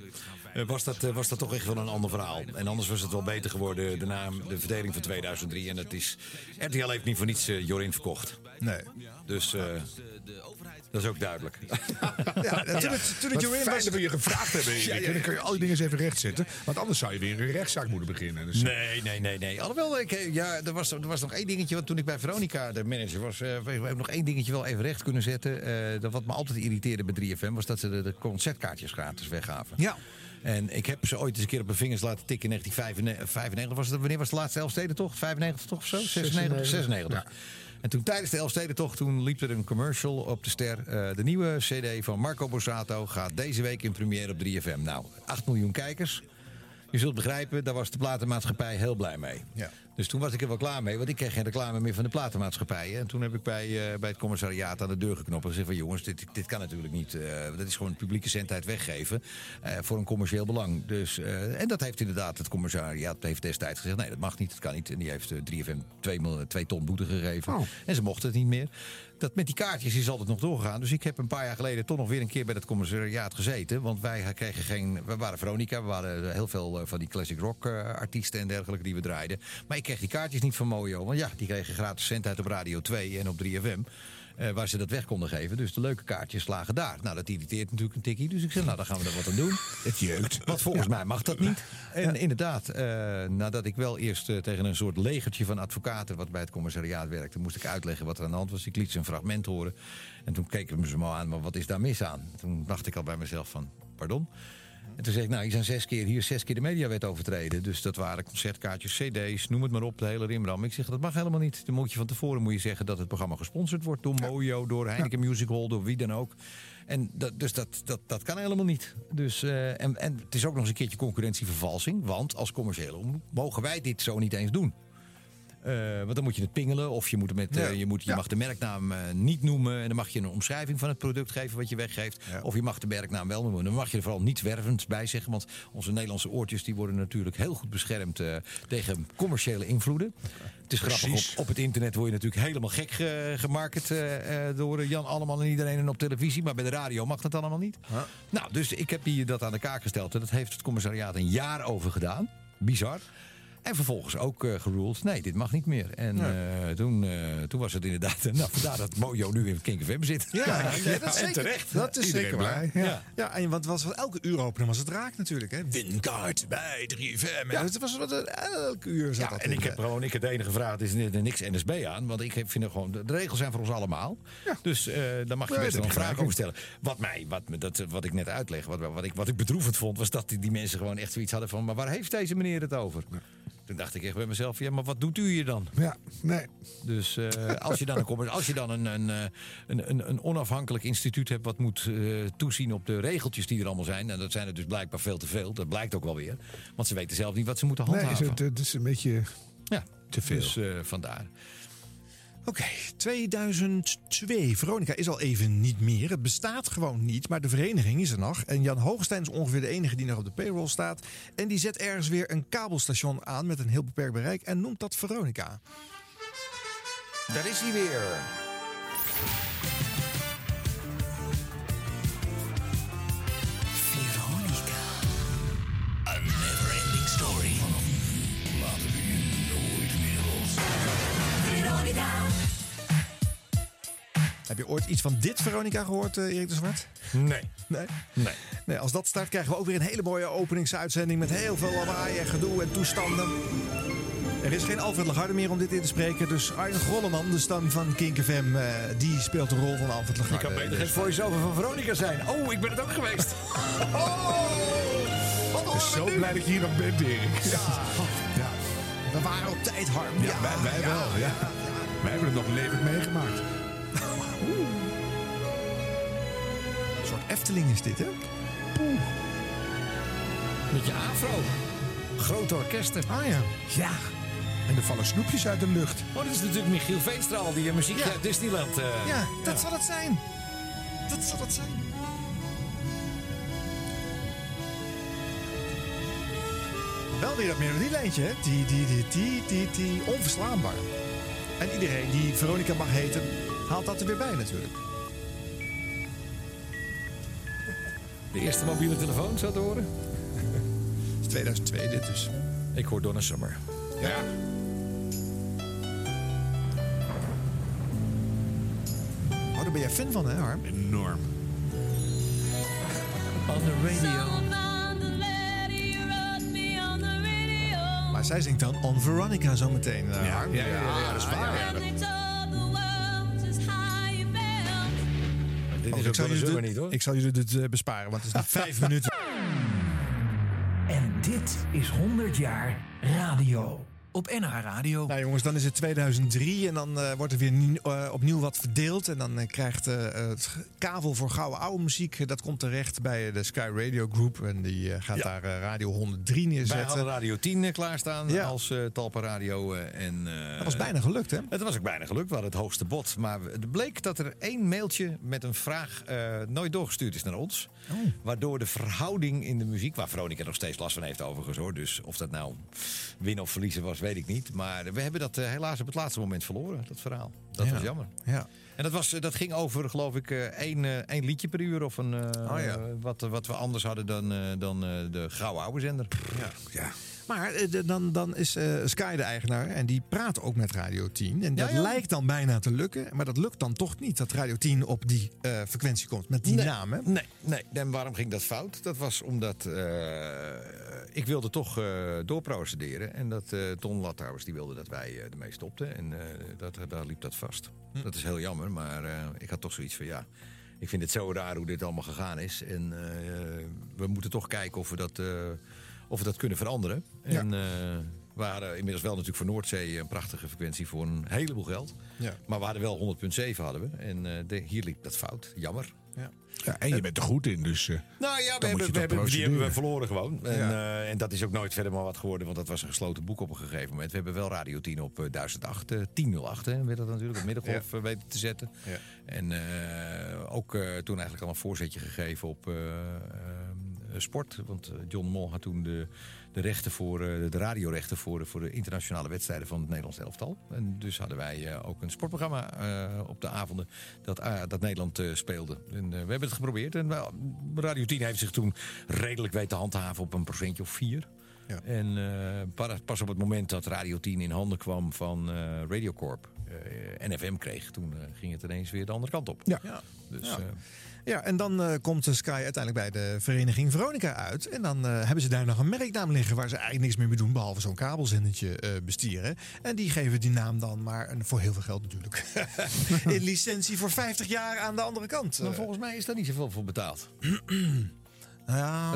was dat toch echt wel een ander verhaal. En anders was het wel beter geworden, de verdeling van 2003. En het is, RTL heeft niet voor niets Jorin verkocht. Nee. Dus dat is ook duidelijk. Toen het Jorin was, dat we je gevraagd hebben, Erik. Dan kan je al die dingen eens even rechtzetten. Want anders zou je weer een rechtszaak moeten beginnen. Dus Nee. Alhoewel, er was nog één dingetje. Want toen ik bij Veronica de manager was, we hebben nog één dingetje wel even recht kunnen zetten. Dat wat me altijd irriteerde bij 3FM was dat ze de concertkaartjes gratis weggaven. Ja. En ik heb ze ooit eens een keer op mijn vingers laten tikken in 1995. Wanneer was de laatste Elfstedentocht? 95 toch of zo? 96. Ja. En toen tijdens de Elfstedentocht, toen liep er een commercial op de Ster. De nieuwe CD van Marco Borsato gaat deze week in première op 3FM. Nou, 8 miljoen kijkers. Je zult begrijpen, daar was de platenmaatschappij heel blij mee. Ja. Dus toen was ik er wel klaar mee, want ik kreeg geen reclame meer van de platenmaatschappijen. En toen heb ik bij het commissariaat aan de deur geknopt en gezegd van jongens, dit kan natuurlijk niet. Dat is gewoon publieke zendtijd weggeven voor een commercieel belang. Dus, en dat heeft inderdaad het commissariaat heeft destijds gezegd, nee dat mag niet, dat kan niet. En die heeft 3FM 2 ton boete gegeven. Oh. En ze mochten het niet meer. Dat met die kaartjes is altijd nog doorgegaan. Dus ik heb een paar jaar geleden toch nog weer een keer bij het commissariaat gezeten. Want we waren Veronica, we waren heel veel van die classic rock artiesten en dergelijke die we draaiden. Maar ik kreeg die kaartjes niet van Mojo. Want ja, die kregen gratis zendtijd op Radio 2 en op 3FM. Waar ze dat weg konden geven. Dus de leuke kaartjes lagen daar. Nou, dat irriteert natuurlijk een tikkie. Dus ik zei, nou, dan gaan we er wat aan doen. Het jeukt. Want volgens mij mag dat niet. En inderdaad, nadat ik wel eerst tegen een soort legertje van advocaten... wat bij het commissariaat werkte, moest ik uitleggen wat er aan de hand was. Ik liet ze een fragment horen. En toen keken ze me aan, maar wat is daar mis aan? Toen dacht ik al bij mezelf van, pardon? En toen zei ik, nou, hier zijn 6 keer de mediawet overtreden. Dus dat waren concertkaartjes, cd's, noem het maar op, de hele rimram. Ik zeg, dat mag helemaal niet. Dan moet je van tevoren zeggen dat het programma gesponsord wordt door Mojo, door Heineken Music Hall, door wie dan ook. En dat kan helemaal niet. Dus, en het is ook nog eens een keertje concurrentievervalsing. Want als commerciële omroep mogen wij dit zo niet eens doen. Want dan moet je het pingelen of je mag de merknaam niet noemen. En dan mag je een omschrijving van het product geven wat je weggeeft. Ja. Of je mag de merknaam wel noemen. Dan mag je er vooral niets wervends bij zeggen. Want onze Nederlandse oortjes die worden natuurlijk heel goed beschermd tegen commerciële invloeden. Het is grappig, op het internet word je natuurlijk helemaal gek gemarket door Jan Alleman en iedereen en op televisie. Maar bij de radio mag dat allemaal niet. Huh? Nou, dus ik heb dat aan de kaak gesteld. En dat heeft het commissariaat een jaar over gedaan. Bizar. En vervolgens ook geruled, nee, dit mag niet meer. En toen was het inderdaad, vandaar dat Mojo nu in Kink FM zit. Ja, dat is en zeker. terecht. Dat is Iedereen zeker waar. blij. Ja, en want elke uuropener was het raak natuurlijk. Hè? Winkaart bij 3FM. Ja. Het was elke uur zat dat en ik heb de enige vraag, is er niks NSB aan. Want ik vind er gewoon, de regels zijn voor ons allemaal. Ja. Dus daar mag je best wel een vraag over stellen. Wat ik net uitleg, wat ik bedroevend vond, was dat die mensen gewoon echt zoiets hadden van, maar waar heeft deze meneer het over? Ja. Toen dacht ik echt bij mezelf, ja, maar wat doet u hier dan? Ja, nee. Dus als je dan een onafhankelijk instituut hebt wat moet toezien op de regeltjes die er allemaal zijn, en dat zijn er dus blijkbaar veel te veel, dat blijkt ook wel weer. Want ze weten zelf niet wat ze moeten handhaven. Nee, het is een beetje te veel. Dus vandaar. Oké, 2002. Veronica is al even niet meer. Het bestaat gewoon niet, maar de vereniging is er nog. En Jan Hoogstein is ongeveer de enige die nog op de payroll staat. En die zet ergens weer een kabelstation aan met een heel beperkt bereik en noemt dat Veronica. Daar is hij weer. Veronica. A never-ending story. Laten we je nooit meer los. Veronica. Heb je ooit iets van dit Veronica gehoord, Erik de Zwart? Nee, als dat start krijgen we ook weer een hele mooie openingsuitzending met heel veel lawaai en gedoe en toestanden. Er is geen Alfred Lagarde meer om dit in te spreken, dus Arjen Grolleman, de stam van Kink FM, die speelt de rol van Alfred Lagarde. Je kan beter geen voice-over van Veronica zijn. Oh, ik ben het ook geweest. Ik ben zo blij dat je hier nog bent, Erik. Ja. We waren op tijd, Harm. Ja, wij wel. Ja. Wij hebben het nog levend meegemaakt. Een soort Efteling is dit, hè? Poeh. Met je afro. Grote orkesten. Ah ja. Ja. En er vallen snoepjes uit de lucht. Oh, dat is natuurlijk Michiel Veenstra, die muziek uit Disneyland. Dat zal het zijn. Dat zal het zijn. Wel weer dat melodielijntje, hè? Die onverslaanbaar. En iedereen die Veronica mag heten, haalt dat er weer bij natuurlijk. De eerste mobiele telefoon, zou te horen? Het is 2002 dit dus. Ik hoor Donna Summer. Ja. Oh, daar ben jij fan van, hè, Harm? Enorm. On the radio. Maar zij zingt dan On Veronica zometeen. Ja, dat is waar. Ja. Dit is ook Donna niet, hoor. Ik zal jullie dit besparen, want het is nog 5 minuten. En dit is 100 jaar radio. Op NH Radio. Nou jongens, dan is het 2003 en dan wordt er weer opnieuw wat verdeeld. En dan krijgt het kavel voor gouden oude muziek, dat komt terecht bij de Sky Radio Group. En die gaat daar Radio 103 neerzetten. Wij hadden Radio 10 klaarstaan als Talpa Radio. Dat was bijna gelukt, hè? Het was ook bijna gelukt, we hadden het hoogste bod. Maar het bleek dat er 1 mailtje met een vraag nooit doorgestuurd is naar ons. Oh. Waardoor de verhouding in de muziek, waar Veronica nog steeds last van heeft overigens hoor. Dus of dat nou winnen of verliezen was, weet ik niet. Maar we hebben dat helaas op het laatste moment verloren, dat verhaal. Dat was jammer. Ja. En dat ging over, geloof ik, één liedje per uur. Of wat we anders hadden dan de gouden oude zender. Ja. Maar dan is Sky de eigenaar en die praat ook met Radio 10. En dat lijkt dan bijna te lukken. Maar dat lukt dan toch niet, dat Radio 10 op die frequentie komt. Met die naam, hè? Nee. En waarom ging dat fout? Dat was omdat ik wilde toch doorprocederen. En dat Ton Lathouwers die wilde dat wij ermee stopten. En daar liep dat vast. Dat is heel jammer, maar ik had toch zoiets van ik vind het zo raar hoe dit allemaal gegaan is. En we moeten toch kijken of we dat kunnen veranderen. Ja. En we hadden inmiddels wel natuurlijk voor Noordzee een prachtige frequentie voor een heleboel geld. Ja. Maar we hadden wel 100.7 hadden we. En hier liep dat fout. Jammer. Ja, en je bent er goed in, dus die hebben we verloren gewoon. En dat is ook nooit verder maar wat geworden, want dat was een gesloten boek op een gegeven moment. We hebben wel Radio 10 op 1008, 1008, werd dat natuurlijk, op middengolf weten te zetten. Ja. En ook toen eigenlijk al een voorzetje gegeven op sport. Want John Mol had toen de rechten voor de radiorechten voor de internationale wedstrijden van het Nederlands elftal. En dus hadden wij ook een sportprogramma op de avonden dat Nederland speelde. En we hebben het geprobeerd. En Radio 10 heeft zich toen redelijk weten te handhaven op een procentje of 4. Ja. En pas op het moment dat Radio 10 in handen kwam van Radiocorp... NFM kreeg, toen ging het ineens weer de andere kant op. Ja. Dus, ja, en dan komt de Sky uiteindelijk bij de vereniging Veronica uit. En dan hebben ze daar nog een merknaam liggen waar ze eigenlijk niks meer mee doen, behalve zo'n kabelzendertje bestieren. En die geven die naam dan maar, voor heel veel geld natuurlijk, in licentie voor 50 jaar aan de andere kant. Maar volgens mij is daar niet zoveel voor betaald. Ja.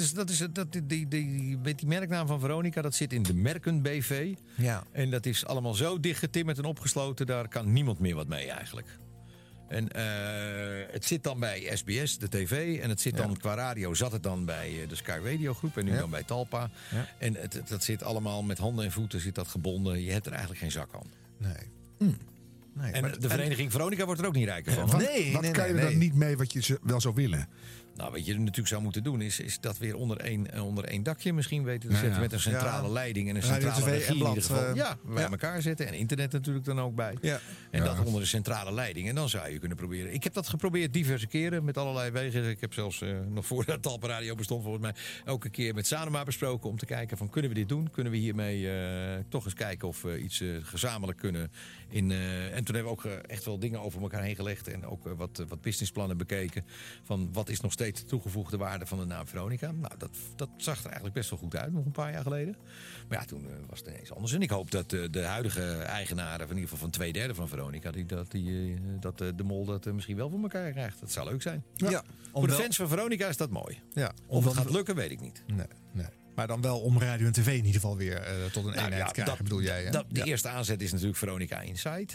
Die merknaam van Veronica, dat zit in de Merken BV. Ja. En dat is allemaal zo dichtgetimmerd en opgesloten, daar kan niemand meer wat mee eigenlijk. En het zit dan bij SBS, de tv. En het zit dan qua radio, zat het dan bij de Sky Radio groep. En nu dan bij Talpa. Ja. En dat zit allemaal met handen en voeten zit dat gebonden. Je hebt er eigenlijk geen zak aan. Nee. Nee, en de vereniging Veronica wordt er ook niet rijker van. Wat kan je er dan niet mee wat je wel zou willen? Nou, wat je natuurlijk zou moeten doen, is dat weer onder één dakje misschien weten te zetten. Met een centrale leiding en een centrale regie in ieder geval. Bij elkaar zetten. En internet natuurlijk dan ook bij. Ja. En dat onder de centrale leiding. En dan zou je kunnen proberen. Ik heb dat geprobeerd diverse keren met allerlei wegen. Ik heb zelfs nog voordat Talpa Radio bestond volgens mij elke keer met Sanoma besproken om te kijken van kunnen we dit doen? Kunnen we hiermee toch eens kijken of we iets gezamenlijk kunnen. En toen hebben we ook echt wel dingen over elkaar heen gelegd. En ook wat businessplannen bekeken. Van wat is nog steeds de toegevoegde waarde van de naam Veronica. Nou, dat zag er eigenlijk best wel goed uit nog een paar jaar geleden. Maar ja, toen was het ineens anders. En ik hoop dat de huidige eigenaren, van in ieder geval van 2/3 van Veronica, dat de mol dat misschien wel voor elkaar krijgt. Dat zou leuk zijn. Ja. Voor de fans van Veronica is dat mooi. Ja. Of het gaat lukken, weet ik niet. Nee. Maar dan wel om radio en tv in ieder geval weer tot een eenheid te krijgen, bedoel jij? Hè? De eerste aanzet is natuurlijk Veronica Insight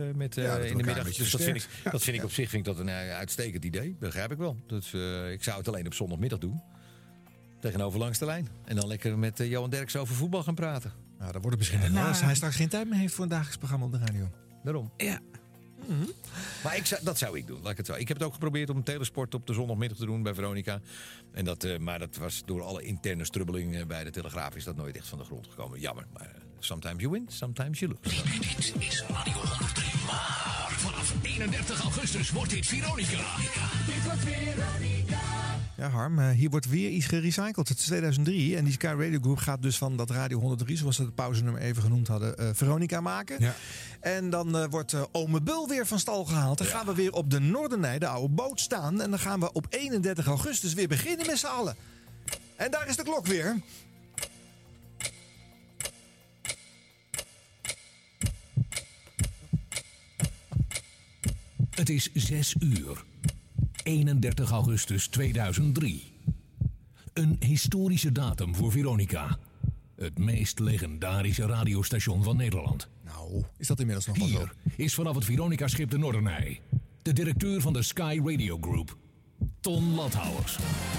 in de middag. Dus dat vind ik op zich een uitstekend idee. Dat begrijp ik wel. Dus ik zou het alleen op zondagmiddag doen. Tegenover Langs de Lijn. En dan lekker met Johan Derksen over voetbal gaan praten. Nou, dat wordt het misschien als hij straks geen tijd meer heeft voor een dagelijks programma op de radio. Daarom. Ja. Mm-hmm. Maar dat zou ik doen. Laat ik het zo. Ik heb het ook geprobeerd om telesport op de zondagmiddag te doen bij Veronica. En maar dat was door alle interne strubbeling bij de Telegraaf is dat nooit echt van de grond gekomen. Jammer. Maar sometimes you win, sometimes you lose. Dit is Radio 103. Maar vanaf 31 augustus wordt dit Veronica. Dit wordt Veronica. Ja, Harm, hier wordt weer iets gerecycled. Het is 2003 en die Sky Radio Group gaat dus van dat Radio 103, zoals we het pauzenummer even genoemd hadden, Veronica maken. Ja. En dan wordt Ome Bul weer van stal gehaald. Dan gaan we weer op de Noordernij, de oude boot, staan. En dan gaan we op 31 augustus weer beginnen met z'n allen. En daar is de klok weer. Het is 6 uur. 31 augustus 2003. Een historische datum voor Veronica. Het meest legendarische radiostation van Nederland. Nou, is dat inmiddels nog wel zo? Hier is vanaf het Veronica-schip de Noordernij de directeur van de Sky Radio Group, Ton Lathouwers.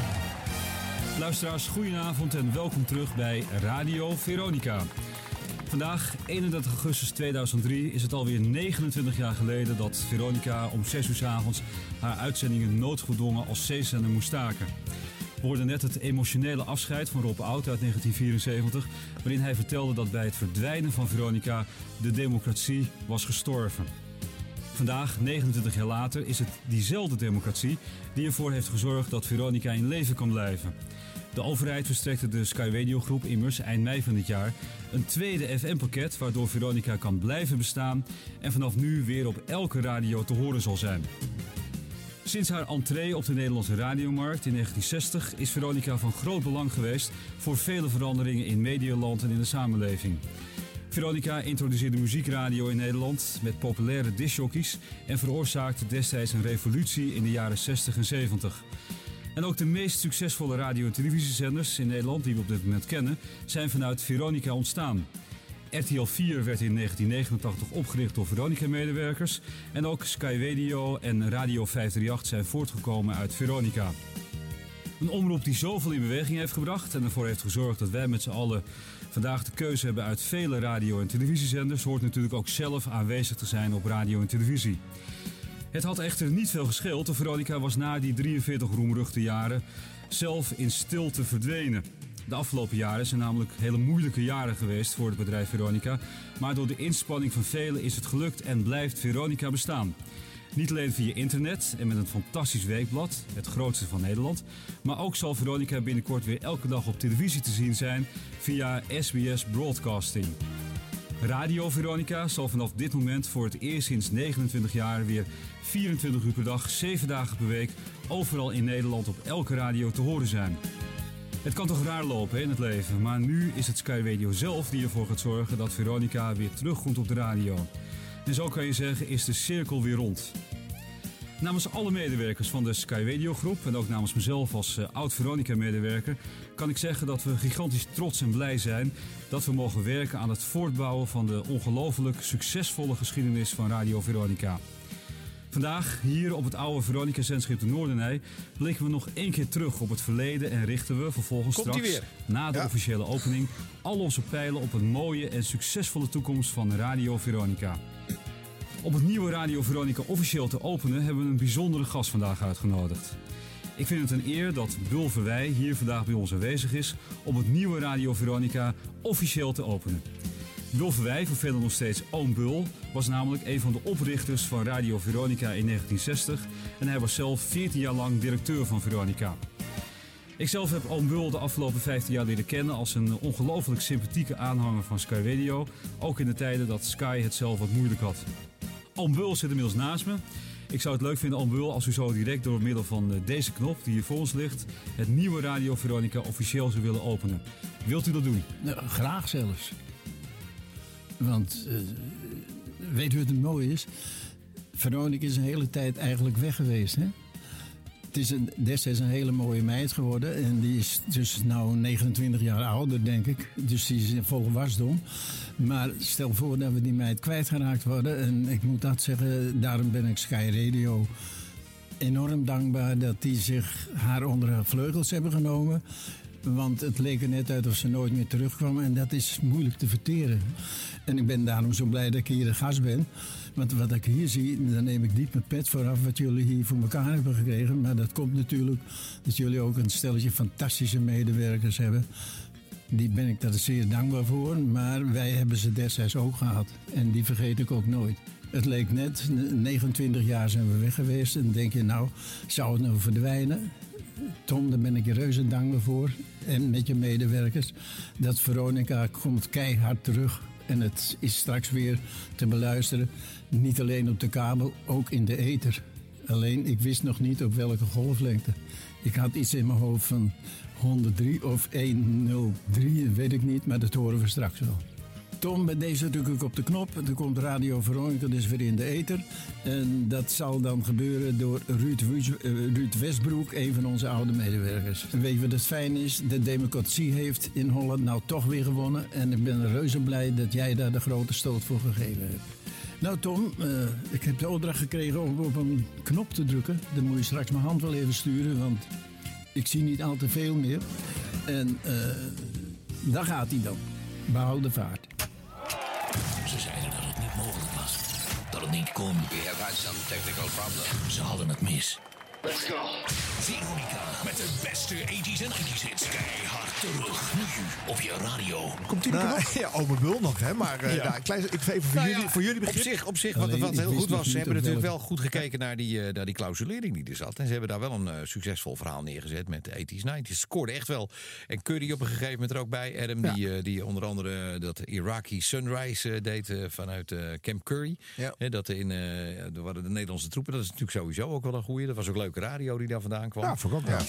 Luisteraars, goedenavond en welkom terug bij Radio Veronica. Vandaag, 31 augustus 2003, is het alweer 29 jaar geleden dat Veronica om 6 uur 's avonds haar uitzendingen noodgedwongen als zeezender moest staken. We hoorden net het emotionele afscheid van Rob Oud uit 1974, waarin hij vertelde dat bij het verdwijnen van Veronica de democratie was gestorven. Vandaag, 29 jaar later, is het diezelfde democratie die ervoor heeft gezorgd dat Veronica in leven kan blijven. De overheid verstrekte de Sky Radio Groep immers eind mei van dit jaar een tweede FM-pakket waardoor Veronica kan blijven bestaan en vanaf nu weer op elke radio te horen zal zijn. Sinds haar entree op de Nederlandse radiomarkt in 1960 is Veronica van groot belang geweest voor vele veranderingen in medialand en in de samenleving. Veronica introduceerde muziekradio in Nederland met populaire discjockeys en veroorzaakte destijds een revolutie in de jaren 60 en 70. En ook de meest succesvolle radio- en televisiezenders in Nederland die we op dit moment kennen, zijn vanuit Veronica ontstaan. RTL 4 werd in 1989 opgericht door Veronica-medewerkers en ook Sky Radio en Radio 538 zijn voortgekomen uit Veronica. Een omroep die zoveel in beweging heeft gebracht en ervoor heeft gezorgd dat wij met z'n allen vandaag de keuze hebben uit vele radio- en televisiezenders, hoort natuurlijk ook zelf aanwezig te zijn op radio en televisie. Het had echter niet veel gescheeld. De Veronica was na die 43 roemruchte jaren zelf in stilte verdwenen. De afgelopen jaren zijn namelijk hele moeilijke jaren geweest voor het bedrijf Veronica. Maar door de inspanning van velen is het gelukt en blijft Veronica bestaan. Niet alleen via internet en met een fantastisch weekblad, het grootste van Nederland, maar ook zal Veronica binnenkort weer elke dag op televisie te zien zijn via SBS Broadcasting. Radio Veronica zal vanaf dit moment voor het eerst sinds 29 jaar weer 24 uur per dag, 7 dagen per week, overal in Nederland op elke radio te horen zijn. Het kan toch raar lopen in het leven, maar nu is het Sky Radio zelf die ervoor gaat zorgen dat Veronica weer terugkomt op de radio. En zo kan je zeggen, is de cirkel weer rond. Namens alle medewerkers van de Sky Radio groep en ook namens mezelf als oud-Veronica-medewerker kan ik zeggen dat we gigantisch trots en blij zijn dat we mogen werken aan het voortbouwen van de ongelooflijk succesvolle geschiedenis van Radio Veronica. Vandaag, hier op het oude Veronica-zendschip de Noordenij, blikken we nog één keer terug op het verleden en richten we vervolgens straks, na de officiële opening, al onze pijlen op een mooie en succesvolle toekomst van Radio Veronica. Om het nieuwe Radio Veronica officieel te openen hebben we een bijzondere gast vandaag uitgenodigd. Ik vind het een eer dat Bul Verwij hier vandaag bij ons aanwezig is om het nieuwe Radio Veronica officieel te openen. Bul Verwij, voor velen nog steeds Oom Bul, was namelijk een van de oprichters van Radio Veronica in 1960 en hij was zelf 14 jaar lang directeur van Veronica. Ikzelf heb Oom Bul de afgelopen 15 jaar leren kennen als een ongelooflijk sympathieke aanhanger van Sky Radio, ook in de tijden dat Sky het zelf wat moeilijk had. Oom Bul zit inmiddels naast me. Ik zou het leuk vinden, Oom Bul, als u zo direct door middel van deze knop die hier voor ons ligt, het nieuwe Radio Veronica officieel zou willen openen. Wilt u dat doen? Nou, graag zelfs. Want weet u wat het mooie is? Veronica is een hele tijd eigenlijk weg geweest. Hè? Het is destijds een hele mooie meid geworden. En die is dus nou 29 jaar ouder, denk ik. Dus die is in volle wasdom. Maar stel voor dat we die meid kwijtgeraakt worden. En ik moet dat zeggen, daarom ben ik Sky Radio enorm dankbaar dat die zich haar onder haar vleugels hebben genomen. Want het leek er net uit of ze nooit meer terugkwam. En dat is moeilijk te verteren. En ik ben daarom zo blij dat ik hier de gast ben. Want wat ik hier zie, dan neem ik diep mijn pet vooraf wat jullie hier voor elkaar hebben gekregen. Maar dat komt natuurlijk dat jullie ook een stelletje fantastische medewerkers hebben. Die ben ik daar zeer dankbaar voor. Maar wij hebben ze destijds ook gehad. En die vergeet ik ook nooit. Het leek net, 29 jaar zijn we weg geweest. En dan denk je, nou, zou het nou verdwijnen? Tom, daar ben ik je reuze dankbaar voor. En met je medewerkers. Dat Veronica komt keihard terug. En het is straks weer te beluisteren. Niet alleen op de kabel, ook in de ether. Alleen, ik wist nog niet op welke golflengte. Ik had iets in mijn hoofd van 103 of 103, weet ik niet. Maar dat horen we straks wel. Tom, bij deze druk ik op de knop. Er komt Radio Veronica dus weer in de ether. En dat zal dan gebeuren door Ruud Westbroek, een van onze oude medewerkers. En weet je wat het fijn is? De democratie heeft in Holland nou toch weer gewonnen. En ik ben reuze blij dat jij daar de grote stoot voor gegeven hebt. Nou Tom, ik heb de opdracht gekregen om op een knop te drukken. Dan moet je straks mijn hand wel even sturen, want ik zie niet al te veel meer. En daar gaat hij dan. Behoud de vaart. Ze zeiden dat het niet mogelijk was. Dat het niet kon. We have had some technical problems. Ze hadden het mis. Let's go. Veronica met de beste 80s en 90s hits. Keihard terug. Nu op je radio. Komt hij er nog? Ja, Ome Bul nog, hè? Maar even voor jullie begrip. Op zich wat heel goed was, ze hebben natuurlijk wel goed gekeken naar die clausulering die er zat. En ze hebben daar wel een succesvol verhaal neergezet met de 80s, 90s. Scoorde echt wel. En Curry op een gegeven moment er ook bij. Adam, die onder andere dat Iraqi Sunrise deed vanuit Camp Curry. Ja. Dat er waren de Nederlandse troepen. Dat is natuurlijk sowieso ook wel een goeie. Dat was ook leuke radio die daar vandaan kwam. Ja, vooral. Ja.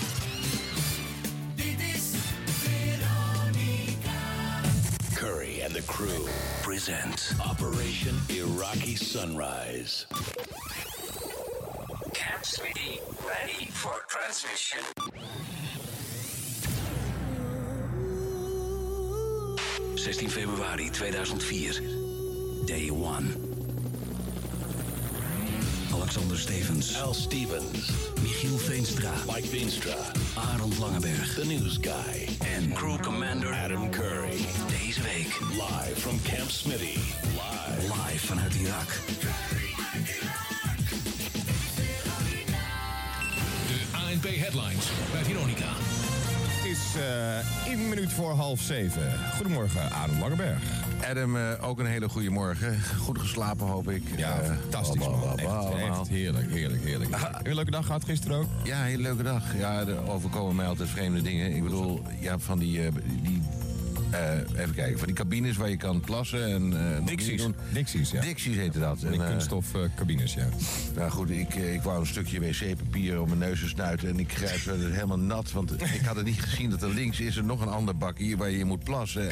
Dit is Veronica. Curry and the crew present Operation Iraqi Sunrise. Camp Smitty, ready for transmission. ...16 februari 2004. Day 1. Alexander Stevens. Al Stevens. Michiel Veenstra. Mike Veenstra. Arend Langeberg. The News Guy. En Crew Commander Adam Curry. Deze week live from Camp Smitty. Live vanuit Irak. De ANP Headlines bij Veronica. Het is 1 minuut voor 6:30. Goedemorgen, Arend Langeberg. Adam, ook een hele goede morgen. Goed geslapen, hoop ik. Ja, fantastisch, man. Echt heerlijk. Heb je een leuke dag gehad gisteren ook? Ja, een hele leuke dag. Ja, er overkomen mij altijd vreemde dingen. Ik bedoel, ja, van die even kijken, van die cabines waar je kan plassen en... Dixies, ja. Dixies heette dat. Die kunststofcabines, ja. Nou goed, ik wou een stukje wc-papier om mijn neus te snuiten en ik grijp het helemaal nat, want ik had het niet gezien dat er links is er nog een ander bakje waar je moet plassen.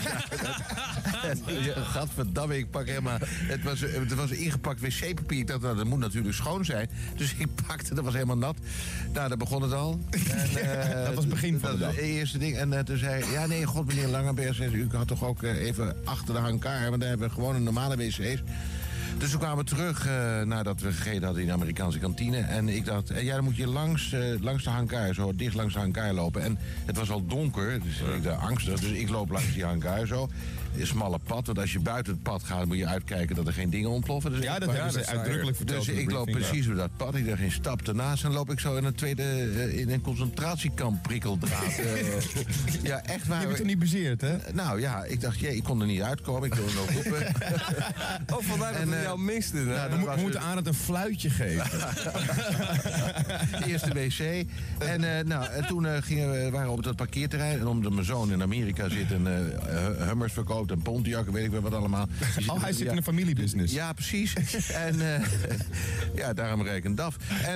Gadverdamme, ik pak helemaal... Het was ingepakt wc-papier. Ik dacht, nou, dat moet natuurlijk schoon zijn. Dus ik pakte, dat was helemaal nat. Nou, daar begon het al. En, dat was het begin van de dag. Het eerste ding. En toen zei ja, nee, god, meneer Langenberg, zei u had toch ook even achter de hangar, want daar hebben we gewoon een normale wc's. Dus we kwamen terug nadat we gegeten hadden in de Amerikaanse kantine. En ik dacht, ja, dan moet je langs de hangar, zo dicht langs de hangar lopen. En het was al donker, dus ik dacht angstig. Dus ik loop langs die hangar zo. Een smalle pad, want als je buiten het pad gaat, moet je uitkijken dat er geen dingen ontploffen. Dus ja, dat hebben ze uitdrukkelijk verteld. Dus ik loop precies door dat pad. Ik dacht, geen stap ernaast. En loop ik zo in een concentratiekamp prikkeldraad. Ja, echt waar. Je bent toch niet bezeerd, hè? Nou ja, ik dacht, ik kon er niet uitkomen. Ik wilde nog roepen. Vandaar dat we jou misten. Nou, we moeten aan het een fluitje geven. Eerst de wc. En toen waren we op dat parkeerterrein. En omdat mijn zoon in Amerika zit en Hummers verkoopt en Pontiac, weet ik wel wat allemaal. Hij zit in een familiebusiness. Ja, precies. En ja, daarom rijd ik een DAF. En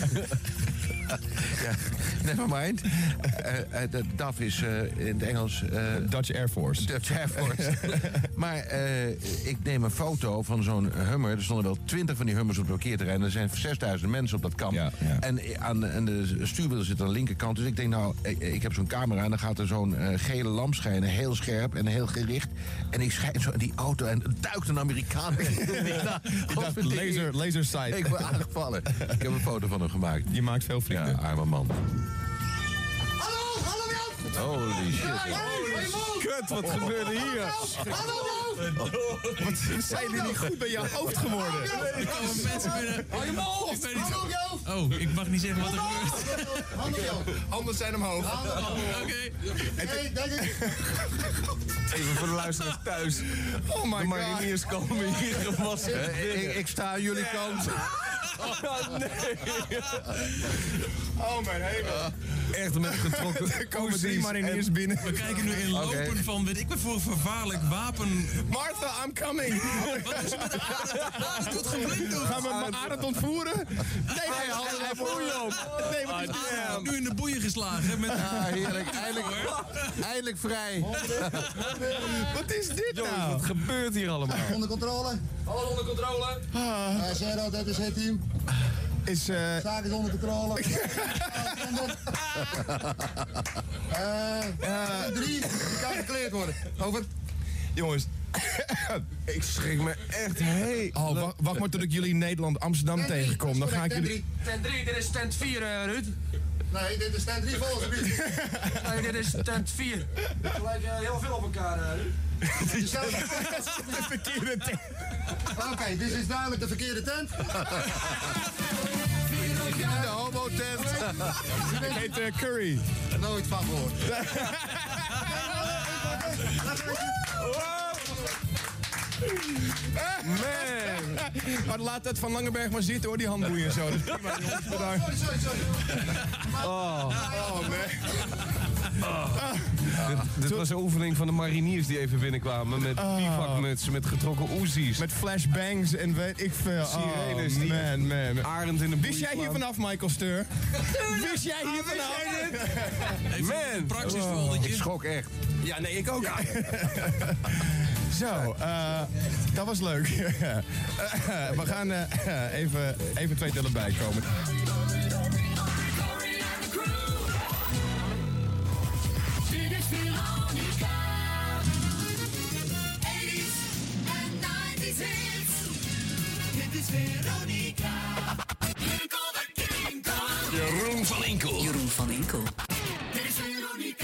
ja, never mind. De DAF is in het Engels... Dutch Air Force. Dutch Air Force. Maar ik neem een foto van zo'n Hummer. Er stonden wel 20 van die Hummers op het parkeerterrein. Er zijn 6000 mensen op dat kamp. Ja. En aan de stuurwiel zit aan de linkerkant. Dus ik denk, nou, ik heb zo'n camera en dan gaat er zo'n gele lamp schijnen. Heel scherp en heel gericht. En ik schijn zo in die auto en duikt een Amerikaan. Laser sight. Ik word aangevallen. Ik heb een foto van hem gemaakt. Je maakt veel vrienden. Ja, arme man. Hallo, holy shit. Kut, wat gebeurde hier? Wat zijn jullie niet goed bij jouw hoofd geworden? Er komen mensen binnen. Hou je mond! Ik weet niet. Oh, ik mag niet zeggen wat er gebeurt. Handen zijn omhoog. Oké. Even voor de luisteraars thuis. Oh my god. De mariniers komen hier gewassen. Ik sta aan jullie kant. Oh nee. Oh mijn hemel. Echt met getrokken. Er komen 3 mariniers binnen. We kijken nu in lopen van, weet ik wat voor vervaarlijk wapen. Martha, I'm coming. Wat is er met de aarde? Het doet geblind doen. Gaan we Arend ontvoeren? Nee, hij had er boeien op. Nee, wat is dit? Nu in de boeien geslagen. Met... heerlijk. Eindelijk vrij. Wat is dit nou? Wat gebeurt hier allemaal? Onder controle. Alles onder controle. Zero, dat is het team. Zaak is onder controle. 3, die kan gekleerd worden. Over. Jongens, ik schrik me echt heel... wacht maar tot ik jullie in Nederland, Amsterdam tegenkom. Dan ga ik jullie... Tent 3, dit is tent 4, Ruud. Nee, dit is tent 3 volgens mij. Nee, dit is tent 4. Het lijkt heel veel op elkaar, Ruud. De verkeerde tent. Oké, dit is duidelijk de verkeerde tent. De homo-tent. Het heet Curry. Nooit van gehoord. Man. Maar laat het Van Langenberg maar zitten hoor, die handboeien en zo. Dat is prima. Sorry. Oh man. Dit was een oefening van de mariniers die even binnenkwamen. Met bivakmutsen, met getrokken Uzi's. Met flashbangs en weet ik veel. Sirenes. Man. Arend in de boei. Wist jij hier vanaf, Michael Steur? Wist jij hier vanaf? Man. Praxis volgende. Ik schrok echt. Ja, nee, ik ook. Zo, dat was leuk. We gaan even 2 tellen bijkomen. Dit is Veronica. 80s en 90s hits. Dit is Veronica. Inkel de King Kong. Jeroen van Inkel. Dit is Veronica.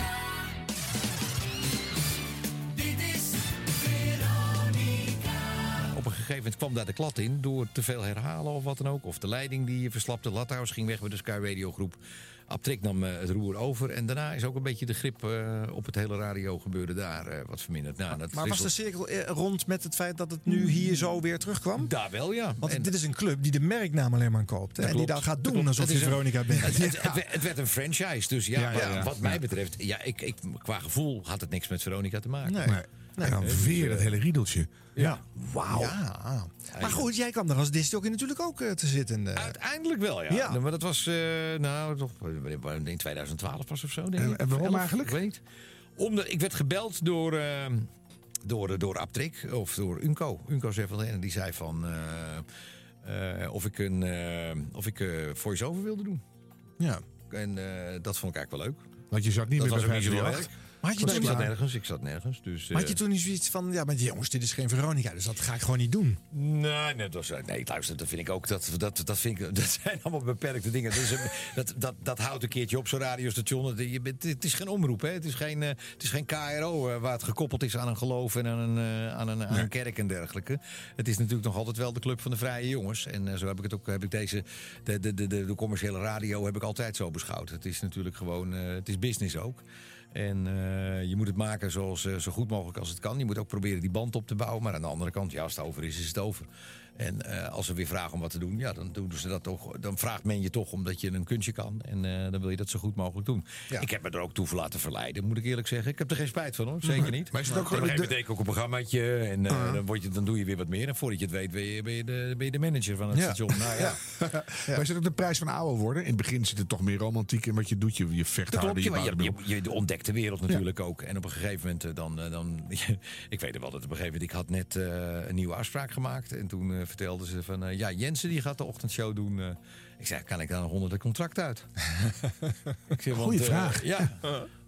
Dit is Veronica. Op een gegeven moment kwam daar de klad in door te veel herhalen of wat dan ook. Of de leiding die verslapte. Lathuis ging weg met de Sky Radio groep. Aptrik nam het roer over. En daarna is ook een beetje de grip op het hele radiogebeuren daar wat verminderd. Nou, Maar was de cirkel rond met het feit dat het nu hier zo weer terugkwam? Daar wel, ja. Want dit is een club die de merknaam alleen maar koopt. En die dan gaat doen alsof je Veronica bent. Het werd een franchise. Dus wat mij betreft, ik, qua gevoel had het niks met Veronica te maken. Nee. En dan weer dat hele riedeltje. Ja. Wauw. Ja. Maar goed, jij kwam er als discjockey natuurlijk ook te zitten. Uiteindelijk wel, ja. Maar dat was toch in 2012 pas of zo. Denk ik. En waarom eigenlijk? Ik weet. Omdat ik werd gebeld door Aptrik of door Unco. Unco zei van, en die zei van of ik voice-over wilde doen. Ja. En dat vond ik eigenlijk wel leuk. Want je zat niet meer bij 538. Maar had je toen Ik zat nergens. Dus, had je toen niet zoiets van, ja, maar jongens, dit is geen Veronica, dus dat ga ik gewoon niet doen? Nee, luister, dat vind ik ook. Dat zijn allemaal beperkte dingen. Dat houdt een keertje op zo'n radiostation. Het is geen omroep, hè. Het is geen KRO waar het gekoppeld is aan een geloof en aan een kerk en dergelijke. Het is natuurlijk nog altijd wel de club van de vrije jongens. En zo heb ik het ook. Heb ik de commerciële radio heb ik altijd zo beschouwd. Het is natuurlijk gewoon, het is business ook. En je moet het maken zo goed mogelijk als het kan. Je moet ook proberen die band op te bouwen. Maar aan de andere kant, als het over is het over. En als ze weer vragen om wat te doen, dan doen ze dat toch. Dan vraagt men je toch omdat je een kunstje kan. En dan wil je dat zo goed mogelijk doen. Ja. Ik heb me er ook toe laten verleiden, moet ik eerlijk zeggen. Ik heb er geen spijt van, hoor. Zeker niet. Maar is het ook gewoon betekent ook een programmaatje. En dan doe je weer wat meer. En voordat je het weet, ben je de manager van het station. Nou, ja. Maar is het ook de prijs van ouder worden? In het begin zit er toch meer romantiek in wat je doet. Je vecht harder. Je ontdekt de wereld natuurlijk ook. En op een gegeven moment dan ik weet wel dat op een gegeven moment... Ik had net een nieuwe afspraak gemaakt. En toen vertelden ze van... Jensen die gaat de ochtendshow doen. Ik zei, kan ik dan 100 contract uit? Goeie vraag. Ja.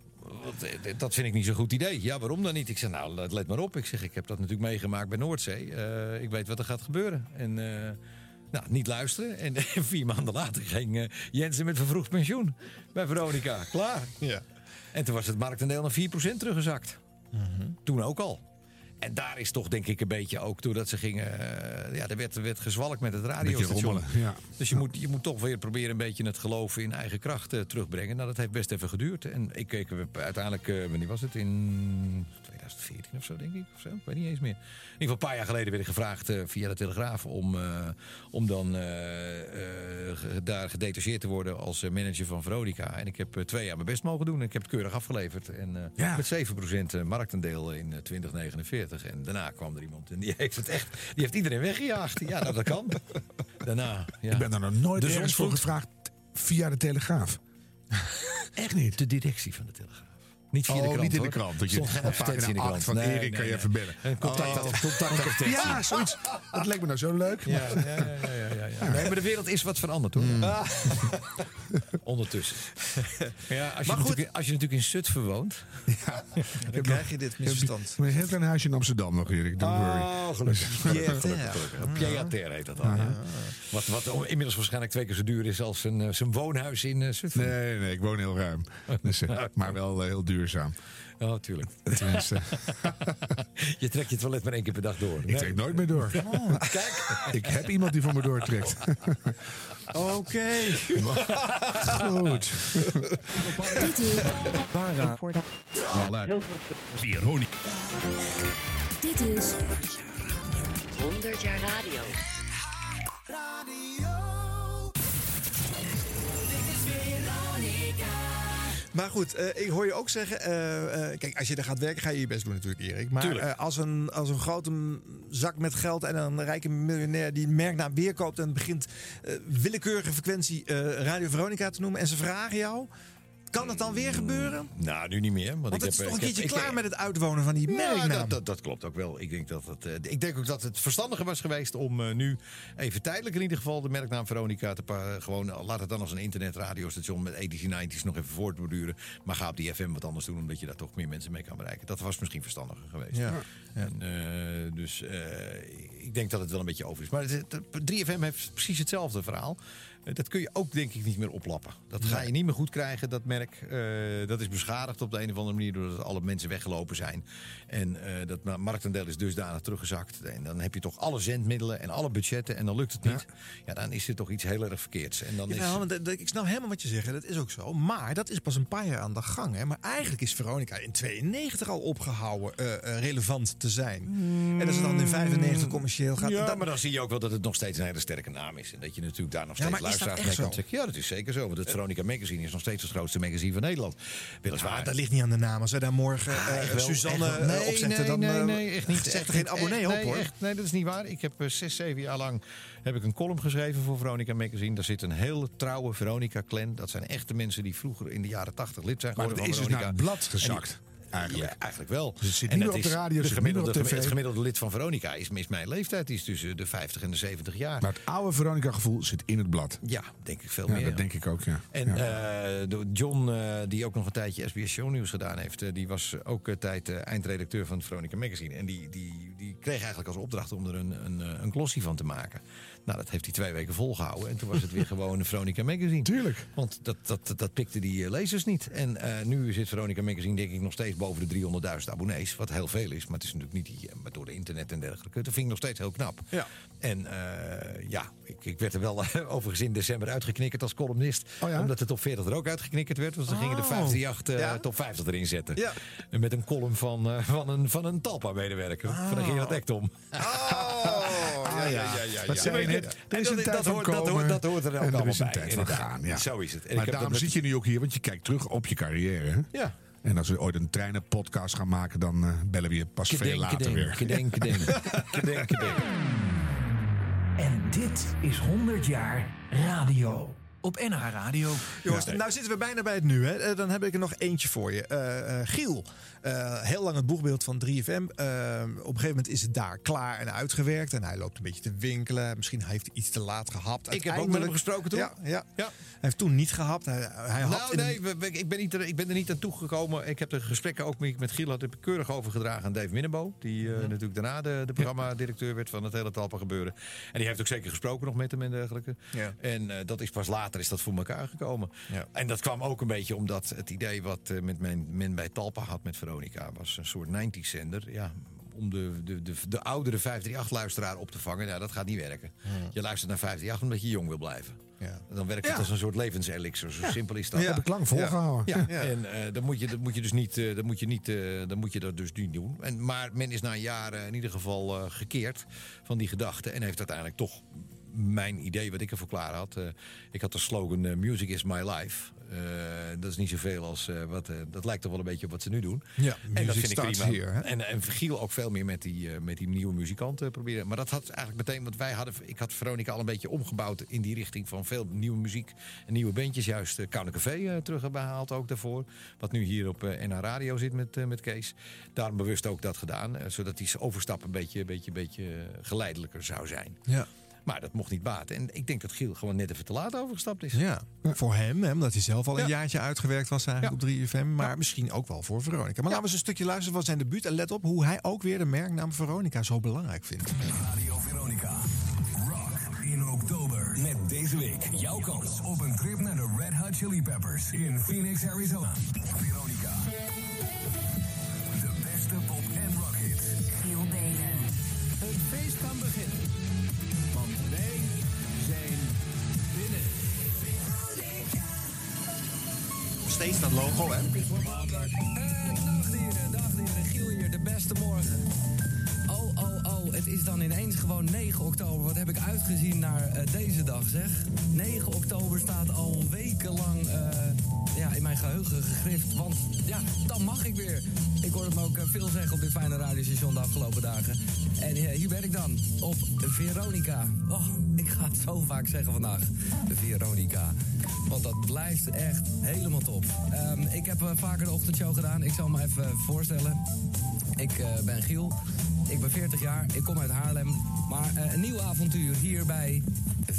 Dat vind ik niet zo'n goed idee. Ja, waarom dan niet? Ik zeg, nou, let maar op. Ik heb dat natuurlijk meegemaakt bij Noordzee. Ik weet wat er gaat gebeuren. En... niet luisteren. En 4 maanden later ging Jensen met vervroegd pensioen bij Veronica. Klaar. Ja. En toen was het marktendeel naar 4% teruggezakt. Toen ook al. En daar is toch denk ik een beetje ook doordat ze gingen... er werd gezwalkt met het radiostation. Ja. Dus je moet toch weer proberen een beetje het geloof in eigen kracht terugbrengen. Nou, dat heeft best even geduurd. En ik heb uiteindelijk, wanneer was het? In 2014 of zo, denk ik. Of zo. Ik weet niet eens meer. In ieder geval een paar jaar geleden werd ik gevraagd via de Telegraaf... om dan daar gedetacheerd te worden als manager van Veronica. En ik heb 2 jaar mijn best mogen doen. En ik heb het keurig afgeleverd. En met 7% marktendeel in 2049. En daarna kwam er iemand en die heeft iedereen weggejaagd. Ja, nou, dat kan. Daarna, ja. Ik ben daar nog nooit ergens voor gevraagd via de Telegraaf. Echt niet? De directie van de Telegraaf. Niet via de krant, niet in de krant. Dat je geen advertentie in de krant. Van Erik kan je even bellen. Contactadvertentie. Ja, zoiets. Dat leek me nou zo leuk. Ja. Nee, maar de wereld is wat veranderd, hoor. Ondertussen. Ja, als je natuurlijk in Zutphen woont... dan krijg je dit misverstand. Maar je hebt een huisje in Amsterdam nog, Erik. Don't worry. Gelukkig. Pied-à-terre heet dat dan. Wat inmiddels waarschijnlijk 2 keer zo duur is als zijn woonhuis in Zutphen. Nee, ik woon heel ruim. Dus, maar wel heel duurzaam. Oh, tuurlijk. Tenminste. Je trekt je toilet maar 1 keer per dag door. Ik trek nooit meer door. Kijk. Ik heb iemand die voor me doortrekt. Oké. Goed. Dit is Veronica. Dit is 100 jaar radio. Maar goed, ik hoor je ook zeggen... kijk, als je er gaat werken, ga je je best doen natuurlijk, Erik. Maar als een grote zak met geld en een rijke miljonair... die een merknaam weer koopt en begint willekeurige frequentie Radio Veronica te noemen... en ze vragen jou... Kan het dan weer gebeuren? Nou, nu niet meer. Want het is toch een keertje klaar met het uitwonen van die merknaam. Dat klopt ook wel. Ik denk ook dat het verstandiger was geweest om nu even tijdelijk in ieder geval de merknaam Veronica gewoon laat het dan als een internetradiostation met 80's en 90's nog even voortborduren. Maar ga op die FM wat anders doen, omdat je daar toch meer mensen mee kan bereiken. Dat was misschien verstandiger geweest. Ja. En, dus ik denk dat het wel een beetje over is. Maar 3FM heeft precies hetzelfde verhaal. Dat kun je ook denk ik niet meer oplappen. Dat ga je niet meer goed krijgen, dat merk. Dat is beschadigd op de een of andere manier doordat alle mensen weggelopen zijn. En dat marktaandeel is dusdanig teruggezakt. En dan heb je toch alle zendmiddelen en alle budgetten en dan lukt het niet. Ja, dan is er toch iets heel erg verkeerds. En dan ik snap helemaal wat je zegt, dat is ook zo. Maar dat is pas een paar jaar aan de gang. Hè. Maar eigenlijk is Veronica in 92 al opgehouden relevant te zijn. En als het dan in 95 commercieel gaat... Ja, maar dan zie je ook wel dat het nog steeds een hele sterke naam is. En dat je natuurlijk daar nog steeds luisteraars mee kan zeggen. Ja, dat is zeker zo. Want het Veronica Magazine is nog steeds het grootste magazine van Nederland. Weliswaar. Dat ligt niet aan de naam. Als wij daar morgen Suzanne opzetten, dan echt niet. Zegt er geen abonnee op, hoor. Nee, dat is niet waar. Ik heb 6-7 jaar lang een column geschreven voor Veronica Magazine. Daar zit een hele trouwe Veronica-clan. Dat zijn echte mensen die vroeger in de jaren 80 lid zijn geworden van Veronica. Maar het is dus naar het blad gezakt. Eigenlijk. Ja, eigenlijk wel. Dus het zit niet meer op de radio, het gemiddelde lid van Veronica is mijn leeftijd. Die is tussen de 50 en de 70 jaar. Maar het oude Veronica-gevoel zit in het blad. Ja, denk ik veel meer. Dat denk ik ook, ja. En John, die ook nog een tijdje SBS Show News gedaan heeft... die was ook een tijd eindredacteur van het Veronica Magazine. En die kreeg eigenlijk als opdracht om er een glossie van te maken. Nou, dat heeft hij 2 weken volgehouden. En toen was het weer gewoon een Veronica Magazine. Tuurlijk. Want dat pikte die lezers niet. En nu zit Veronica Magazine denk ik nog steeds boven de 300.000 abonnees. Wat heel veel is. Maar het is natuurlijk niet maar door de internet en dergelijke. Dat vind ik nog steeds heel knap. Ja. En ik werd er wel overigens in december uitgeknikkerd als columnist. Oh ja? Omdat de top 40 er ook uitgeknikkerd werd. Want ze gingen de 538 top 50 erin zetten. Ja. En met een column van een Talpa-medewerker. Van een Gerard Ekdom. Dat hoort er ook allemaal bij. Tijd van gaan, ja. Zo is het. En maar daarom zit je nu ook hier, want je kijkt terug op je carrière. Hè? Ja. En als we ooit een treinenpodcast gaan maken, dan bellen we je pas veel later weer. Kedenk. En dit is 100 jaar radio. Op NH Radio. Jongens, nou zitten we bijna bij het nu. Hè. Dan heb ik er nog eentje voor je. Giel. Heel lang het boegbeeld van 3FM. Op een gegeven moment is het daar klaar en uitgewerkt. En hij loopt een beetje te winkelen. Misschien heeft hij iets te laat gehapt. Ik heb ook met hem gesproken toen. Ja. Hij heeft toen niet gehapt. Ik ben er niet aan toegekomen. Ik heb de gesprekken ook met Giel heb ik keurig overgedragen aan Dave Minnebo. Die natuurlijk daarna de programmadirecteur werd van het hele Talpa gebeuren. En die heeft ook zeker gesproken nog met hem en dergelijke. Ja. En dat is pas later is dat voor elkaar gekomen. Ja. En dat kwam ook een beetje omdat het idee wat men bij Talpa had met Veronica was een soort 90s-zender. Ja, om de oudere 538-luisteraar op te vangen. Nou, dat gaat niet werken. Je luistert naar 538 omdat je jong wil blijven. Ja. Dan werkt het als een soort levenselixer. Zo simpel is dat. Ja. Heb ik lang volgehouden. Ja. En dan moet je dat dus niet doen. Maar men is na een jaar in ieder geval gekeerd van die gedachte. En heeft uiteindelijk toch mijn idee wat ik ervoor klaar had. Ik had de slogan Music is my life. Dat is niet zoveel als dat lijkt toch wel een beetje op wat ze nu doen. Ja, en dat vind ik prima. Hier, en Giel ook veel meer met die nieuwe muzikanten proberen. Maar dat had eigenlijk meteen, want ik had Veronica al een beetje omgebouwd in die richting van veel nieuwe muziek en nieuwe bandjes. Juist Koude Café teruggehaald ook daarvoor. Wat nu hier op NH Radio zit met Kees. Daarom bewust ook dat gedaan. Zodat die overstap een beetje geleidelijker zou zijn. Ja. Maar dat mocht niet baten. En ik denk dat Giel gewoon net even te laat overgestapt is. Ja, voor hem, omdat hij zelf al een jaartje uitgewerkt was eigenlijk op 3FM. Maar misschien ook wel voor Veronica. Maar laten we eens een stukje luisteren van zijn debuut. En let op hoe hij ook weer de merknaam Veronica zo belangrijk vindt. Radio Veronica. Rock in oktober. Met deze week jouw kans op een trip naar de Red Hot Chili Peppers in Phoenix, Arizona. Veronica. De beste pop- en rockhits. Giel Belen. Het feest kan beginnen. Want wij zijn binnen. Steeds dat logo, hè? Dag heren, Giel hier, de beste morgen. Oh, het is dan ineens gewoon 9 oktober. Wat heb ik uitgezien naar deze dag, zeg. 9 oktober staat al wekenlang in mijn geheugen gegrift. Want ja, dan mag ik weer. Ik hoorde hem ook veel zeggen op dit fijne radiostation de afgelopen dagen. En hier ben ik dan, op Veronica. Oh, ik ga het zo vaak zeggen vandaag. Veronica. Want dat blijft echt helemaal top. Ik heb vaker de ochtendshow gedaan. Ik zal me even voorstellen. Ik ben Giel. Ik ben 40 jaar. Ik kom uit Haarlem. Maar een nieuw avontuur hier bij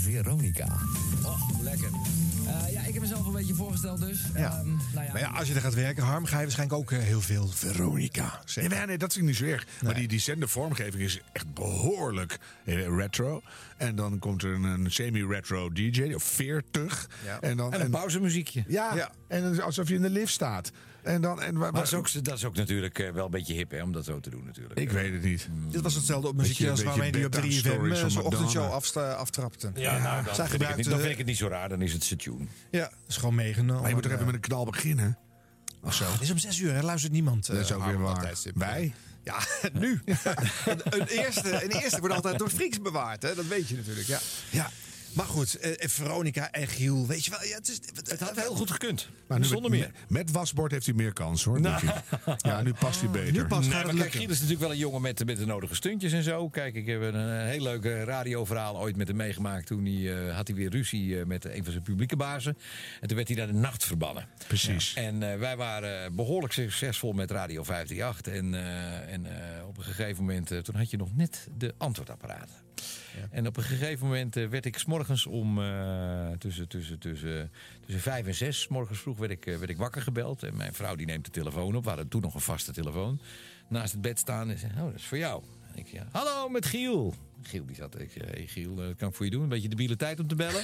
Veronica. Oh, lekker. Ja, ik heb mezelf een beetje voorgesteld dus. Ja. Maar ja, als je er gaat werken, Harm, ga je waarschijnlijk ook heel veel Veronica zeggen. Nee, dat is niet zo erg. Maar die zendervormgeving is echt behoorlijk retro. En dan komt er een semi-retro DJ, of 40. Ja. En een pauzemuziekje. Ja, en alsof je in de lift staat. Maar dat is ook natuurlijk wel een beetje hip, hè, om dat zo te doen natuurlijk. Ik weet het niet. Dit was hetzelfde op muziekje als waarmee die op 3FM zijn ochtendshow aftrapte. Ja, dan vind ik het niet zo raar, dan is het zijn tune. Ja, dat is gewoon meegenomen. Maar je moet toch even met een knal beginnen? Of zo. Het is om 6 uur, hè? Luistert niemand. Dat is ook weer waar. Wij? Ja, nu. Een eerste wordt altijd door freaks bewaard, hè? Dat weet je natuurlijk, ja. Maar goed, Veronica en Giel, weet je wel. Ja, het had heel goed gekund. Maar zonder meer. Met wasbord heeft hij meer kans, hoor. Ja, nu past hij beter. Kijk, Giel is natuurlijk wel een jongen met de nodige stuntjes en zo. Kijk, ik heb een heel leuk radioverhaal ooit met hem meegemaakt. Toen had hij weer ruzie met een van zijn publieke bazen. En toen werd hij naar de nacht verbannen. Precies. Ja. En wij waren behoorlijk succesvol met Radio 538. En op een gegeven moment, toen had je nog net de antwoordapparaten. Ja. En op een gegeven moment werd ik 's morgens om tussen 5 en 6, 's morgens vroeg werd ik wakker gebeld. En mijn vrouw die neemt de telefoon op. We hadden toen nog een vaste telefoon. Naast het bed staan en zei, dat is voor jou. En ik hallo, met Giel. Giel die zat. Hey Giel, dat kan ik voor je doen. Een beetje debiele tijd om te bellen.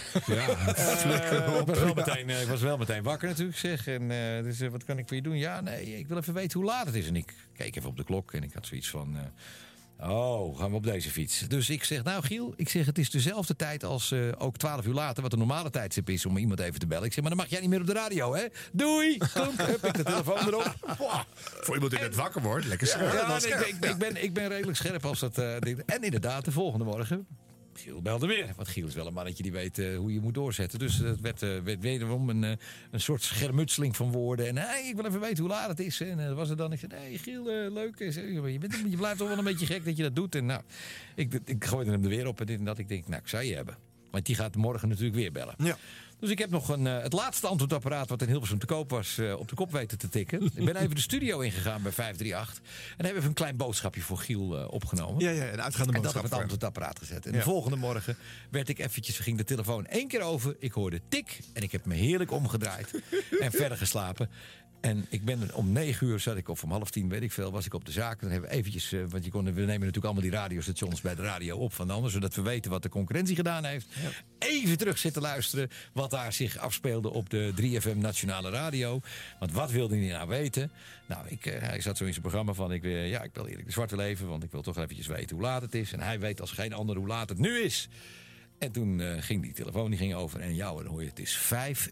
Ik was wel meteen wakker natuurlijk, zeg. En dus wat kan ik voor je doen? Ja, nee, ik wil even weten hoe laat het is. En ik keek even op de klok en ik had zoiets van... gaan we op deze fiets. Dus ik zeg, nou Giel, het is dezelfde tijd als ook 12 uur later, wat de normale tijdstip is om iemand even te bellen. Ik zeg, maar dan mag jij niet meer op de radio, hè? Doei! Kom, heb ik de telefoon erop. Wow. Voor iemand die net wakker wordt, lekker scherp. Ik ben redelijk scherp als dat ding. En inderdaad, de volgende morgen... Giel belde weer. Want Giel is wel een mannetje die weet hoe je moet doorzetten. Dus het werd wederom een soort schermutseling van woorden. En ik wil even weten hoe laat het is. En dat was het dan. Ik zei, hey Giel, leuk. Je blijft toch wel een beetje gek dat je dat doet. En nou, ik gooide hem er weer op en dit en dat. Ik denk, nou, ik zou je hebben. Want die gaat morgen natuurlijk weer bellen. Ja. Dus ik heb nog het laatste antwoordapparaat wat in Hilversum te koop was op de kop weten te tikken. Ik ben even de studio ingegaan bij 538. En hebben we een klein boodschapje voor Giel opgenomen. Ja, een uitgaande boodschap. En dat op het antwoordapparaat gezet. En de volgende morgen ging de telefoon 1 keer over. Ik hoorde tik en ik heb me heerlijk omgedraaid. En verder geslapen. En ik ben om 9 uur zat ik, of om 9:30, weet ik veel, was ik op de zaak. Dan hebben we eventjes, want we nemen natuurlijk allemaal die radiostations bij de radio op van de ander, zodat we weten wat de concurrentie gedaan heeft. Ja. Even terug zitten luisteren wat daar zich afspeelde op de 3FM Nationale Radio. Want wat wilde hij nou weten? Nou, hij zat zo in zijn programma van, ik wil eerlijk de zwarte leven, want ik wil toch eventjes weten hoe laat het is. En hij weet als geen ander hoe laat het nu is. En toen ging die telefoon over en dan hoor je, het is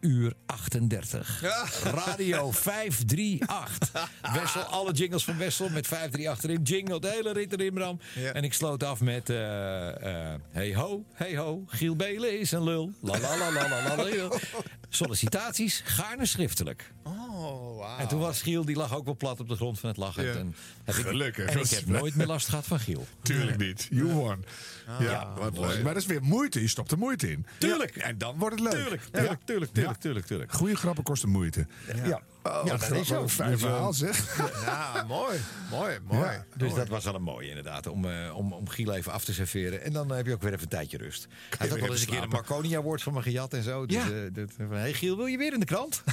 5:38. Ja. Radio 538. Wessel, alle jingles van Wessel met 538 erin. Jingle, de hele rit erin, Bram. Ja. En ik sloot af met hey ho, Giel Belen is een lul. La la la la la la. Sollicitaties, gaarne schriftelijk. Oh, wow. En toen was Giel, die lag ook wel plat op de grond van het lachen. Ja. Gelukkig. En ik heb nooit meer last gehad van Giel. Tuurlijk niet. You won. Ja, wat leuk. Maar dat is weer moeite. Je stopt er moeite in. Tuurlijk. En dan wordt het leuk. Tuurlijk. Goeie grappen kosten moeite. Ja. Dat is zo. Fijn verhaal, zeg. Ja, mooi. Ja, dus dat was wel een mooie inderdaad, om Giel even af te serveren. En dan heb je ook weer even een tijdje rust. Hij had ook wel eens een keer een Marconi Award van me gejat en zo. Dus, hey Giel, wil je weer in de krant?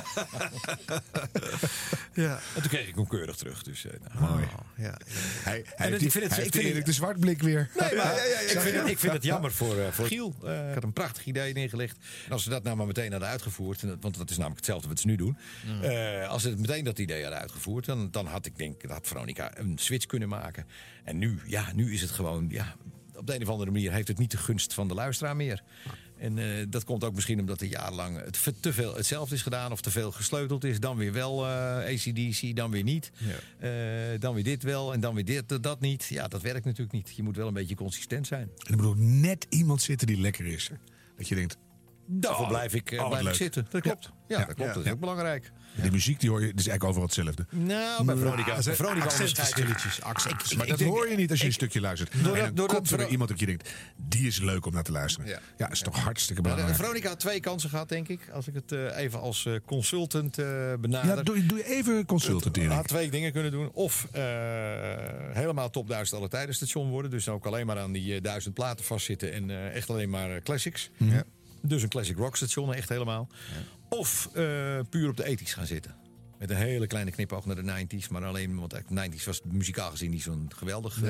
Ja. En toen kreeg ik hem keurig terug. Dus, mooi. Ja. Hij heeft de zwartblik weer. Nee, maar ik vind het jammer voor Giel. Ik had een prachtig idee neergelegd. En als ze dat nou maar meteen hadden uitgevoerd, want dat is namelijk hetzelfde wat ze nu doen. Als ze meteen dat idee hadden uitgevoerd, dan had Veronica een switch kunnen maken. En nu is het gewoon, op de een of andere manier heeft het niet de gunst van de luisteraar meer. En dat komt ook misschien omdat er jarenlang te veel hetzelfde is gedaan of te veel gesleuteld is. Dan weer wel AC/DC, dan weer niet. Ja. Dan weer dit wel en dan weer dat niet. Ja, dat werkt natuurlijk niet. Je moet wel een beetje consistent zijn. En er moet ook net iemand zitten die lekker is. Dat je denkt, daarvoor blijf ik zitten. Dat klopt. Ja, dat klopt. Dat is ook belangrijk. Die muziek die hoor je, het is eigenlijk overal hetzelfde. Nou, bij Veronica accentverschilletjes. Maar dat hoor je niet als je een stukje luistert. En dan komt er iemand dat je denkt, die is leuk om naar te luisteren. Ja, dat is toch hartstikke belangrijk. Veronica had 2 kansen gehad, denk ik. Als ik het even als consultant benader. Ja, doe je even consultant, Erik. Had 2 dingen kunnen doen. Of helemaal top 1000 alle tijden station worden. Dus dan ook alleen maar aan die 1000 platen vastzitten. En echt alleen maar classics. Ja. Dus een classic rock station, echt helemaal. Ja. Of puur op de ethisch gaan zitten. Met een hele kleine knipoog naar de 90s. Maar alleen, want de 90s was muzikaal gezien niet zo'n geweldig...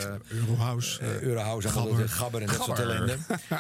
Eurohouse, Gabber en dat soort ellende.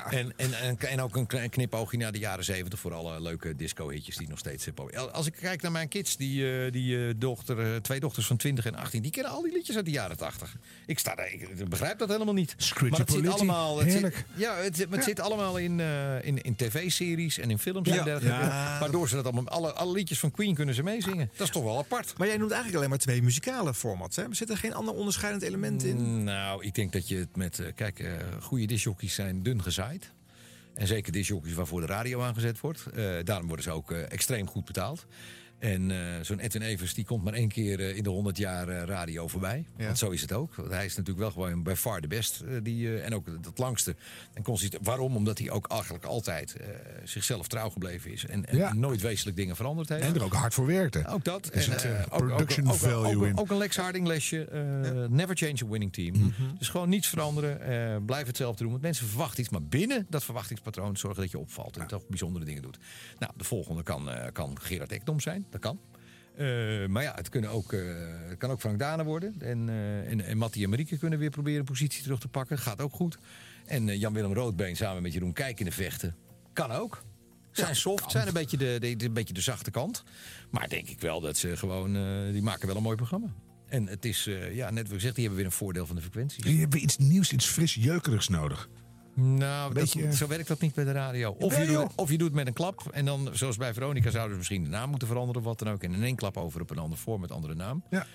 En ook een knipoogje naar de jaren 70 voor alle leuke disco-hitjes die nog steeds... Als ik kijk naar mijn kids, die 2 dochters van 20 en 18... die kennen al die liedjes uit de jaren 80. Ik begrijp dat helemaal niet. Maar het zit allemaal... Het zit allemaal in tv-series en in films en dergelijke. Waardoor ze dat allemaal... Alle liedjes van Queen kunnen ze meezingen. Dat is toch wel apart. Maar jij noemt eigenlijk alleen maar 2 muzikale formats. Hè? Zit er geen ander onderscheidend element in? Nou, ik denk dat je het met... goede discjockeys zijn dun gezaaid. En zeker discjockeys waarvoor de radio aangezet wordt. Daarom worden ze ook extreem goed betaald. En zo'n Edwin Evers die komt maar 1 keer in de 100 jaar radio voorbij. Ja. Want zo is het ook. Want hij is natuurlijk wel gewoon by far de best. En ook het langste. En waarom? Omdat hij ook eigenlijk altijd zichzelf trouw gebleven is. En nooit wezenlijk dingen veranderd heeft. En er ook hard voor werkte. Ook dat. Is production value in. Ook een Lex Harding lesje. Never change a winning team. Mm-hmm. Dus gewoon niets veranderen. Blijf hetzelfde doen. Want mensen verwachten iets. Maar binnen dat verwachtingspatroon zorgen dat je opvalt. En toch bijzondere dingen doet. Nou, de volgende kan Gerard Ekdom zijn. Dat kan. Maar ja, het kan ook Frank Dane worden. En Mattie en Marieke kunnen weer proberen een positie terug te pakken. Gaat ook goed. En Jan-Willem Roodbeen samen met Jeroen Kijk in de vechten. Kan ook. Zijn soft, zijn een beetje de zachte kant. Maar denk ik wel dat ze gewoon... die maken wel een mooi programma. En het is, net wat ik zeg, die hebben weer een voordeel van de frequenties. Die hebben iets nieuws, iets fris jeukerigs nodig. Nou, zo werkt dat niet bij de radio. Of je doet met een klap. En dan, zoals bij Veronica, zouden ze misschien de naam moeten veranderen. Of wat dan ook. En in 1 klap over op een ander vorm met andere naam. Ja.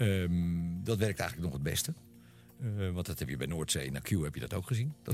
Dat werkt eigenlijk nog het beste. Want dat heb je bij Noordzee. Na Q heb je dat ook gezien. Dat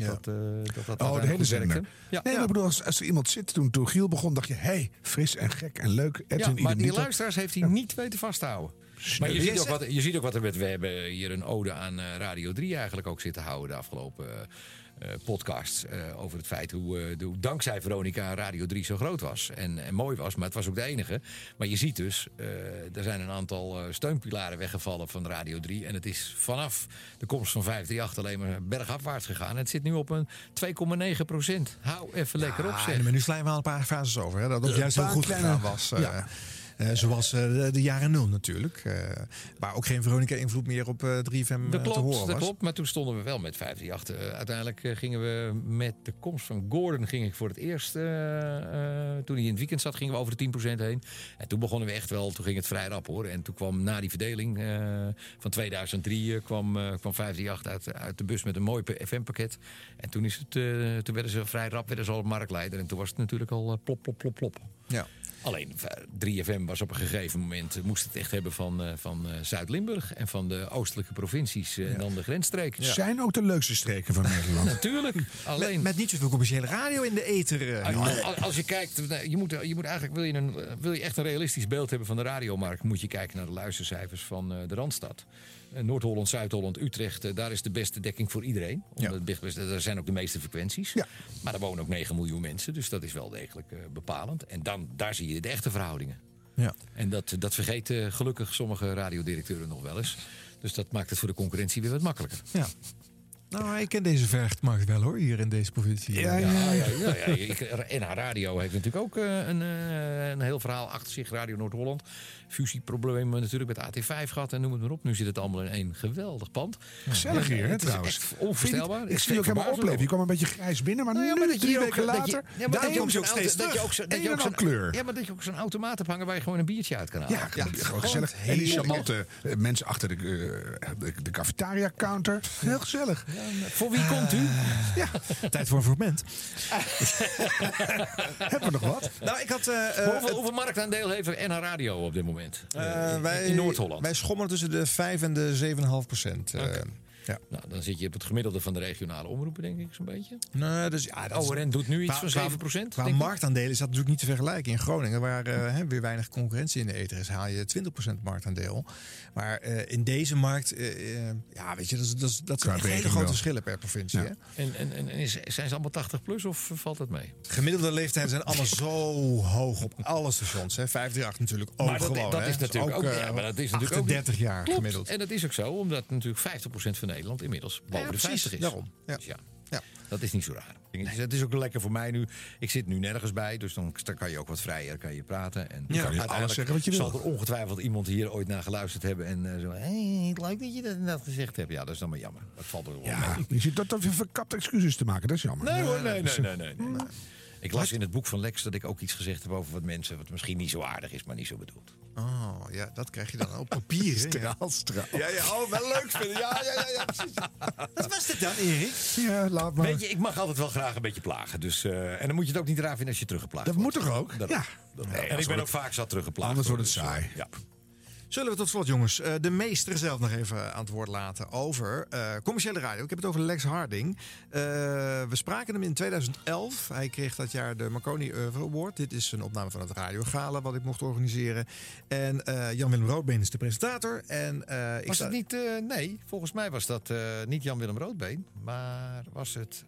de hele zender. Ja. Nee, maar ik bedoel, als er iemand zit, toen Giel begon, dacht je... hey, fris en gek en leuk. Maar die luisteraars heeft hij niet weten vasthouden. Maar je ziet ook wat er met... We hebben hier een ode aan Radio 3 eigenlijk ook zitten houden de afgelopen... podcasts over het feit hoe dankzij Veronica Radio 3 zo groot was en mooi was, maar het was ook de enige. Maar je ziet dus, er zijn een aantal steunpilaren weggevallen van Radio 3 en het is vanaf de komst van 538 alleen maar bergafwaarts gegaan. En het zit nu op een 2,9%. Hou even lekker op, zeg. Maar nu slaan we al een paar fases over, hè, dat het juist heel goed gegaan was. Zoals de jaren 0 natuurlijk. Waar ook geen Veronica-invloed meer op 3FM te horen was. Dat klopt, maar toen stonden we wel met 538. Uiteindelijk gingen we met de komst van Gordon... ging ik voor het eerst, toen hij in het weekend zat... gingen we over de 10% heen. En toen begonnen we echt wel, toen ging het vrij rap hoor. En toen kwam na die verdeling van 2003... kwam 538 uit de bus met een mooi FM-pakket. En toen werden ze vrij rap al marktleider. En toen was het natuurlijk al plop. Ja. Alleen 3FM was op een gegeven moment... moest het echt hebben van Zuid-Limburg... en van de oostelijke provincies en dan de grensstreken. Ja. Zijn ook de leukste streken van Nederland. Natuurlijk. Alleen met niet zoveel commerciële radio in de ether. Als je kijkt... Je moet eigenlijk, wil je echt een realistisch beeld hebben van de radiomarkt... moet je kijken naar de luistercijfers van de Randstad. Noord-Holland, Zuid-Holland, Utrecht, daar is de beste dekking voor iedereen. Daar zijn ook de meeste frequenties. Ja. Maar daar wonen ook 9 miljoen mensen, dus dat is wel degelijk bepalend. En daar zie je de echte verhoudingen. Ja. En dat vergeten gelukkig sommige radiodirecteuren nog wel eens. Dus dat maakt het voor de concurrentie weer wat makkelijker. Ja. Nou, ik ken deze vermarkt wel hoor, hier in deze provincie. Ja. NH Radio heeft natuurlijk ook een heel verhaal achter zich. Radio Noord-Holland. Fusieproblemen natuurlijk met AT5 gehad en noem het maar op. Nu zit het allemaal in één geweldig pand. Gezellig hier, hè, trouwens. Onvoorstelbaar. Ik zie ook helemaal opleven. Je kwam een beetje grijs binnen, maar nu 3 weken later... Daar kom je ook steeds terug. Kleur. Ja, maar dat je ook zo'n automaat hebt hangen waar je gewoon een biertje uit kan halen. Ja, gewoon gezellig. Hele charmante mensen achter de cafetaria-counter. Heel gezellig. Voor wie komt u? Tijd voor een fragment. Hebben we nog wat? Nou, ik had... hoeveel marktaandeel heeft NH Radio op dit moment? In Noord-Holland? Wij schommelen tussen de 5 en de 7,5%. Ja. Nou, dan zit je op het gemiddelde van de regionale omroepen, denk ik, zo'n beetje. Nee, dus ja, dat ORN doet nu iets van 7%. Qua marktaandelen is dat natuurlijk niet te vergelijken. In Groningen, waar weer weinig concurrentie in de ether is, haal je 20% marktaandeel. Maar in deze markt, weet je, dat zijn echt hele grote verschillen per provincie. Ja. Hè? En zijn ze allemaal 80 plus of valt het mee? Gemiddelde leeftijden zijn allemaal zo hoog op alle stations. Hè? 538 natuurlijk ook maar gewoon. Dat is natuurlijk ook, maar dat is natuurlijk ook 30 jaar klopt. gemiddeld. En dat is ook zo, omdat natuurlijk 50% van Nederland inmiddels boven de 50 is. Daarom. Ja. Dus dat is niet zo raar. Nee. Het is ook lekker voor mij nu. Ik zit nu nergens bij, dus dan kan je ook wat vrijer kan je praten. En alles zeggen wat je wil. Zal er ongetwijfeld iemand hier ooit naar geluisterd hebben en zo. Het lijkt dat je dat gezegd hebt. Ja, dat is dan maar jammer. Dat valt er wel mee. Je zit dat weer verkapte excuses te maken. Dat is jammer. Nee hoor, nee. Ik las in het boek van Lex dat ik ook iets gezegd heb over wat mensen, wat misschien niet zo aardig is, maar niet zo bedoeld. Oh, ja, dat krijg je dan op papier. Straal. Ja, wel leuk vinden. Ja, precies. Wat was dit dan, Erik? Ja, laat maar. Weet je, ik mag altijd wel graag een beetje plagen. Dus, en dan moet je het ook niet raar vinden als je teruggeplaagd wordt. Dat moet toch ook? En ik ben ook vaak zat teruggeplaagd. Anders wordt het saai. Ja. Zullen we tot slot, jongens, de meester zelf nog even aan het woord laten over commerciële radio. Ik heb het over Lex Harding. We spraken hem in 2011. Hij kreeg dat jaar de Marconi Oeuvre Award. Dit is een opname van het radiogala wat ik mocht organiseren. En Jan-Willem Roodbeen is de presentator. En, was het niet... nee, volgens mij was dat niet Jan-Willem Roodbeen. Maar was het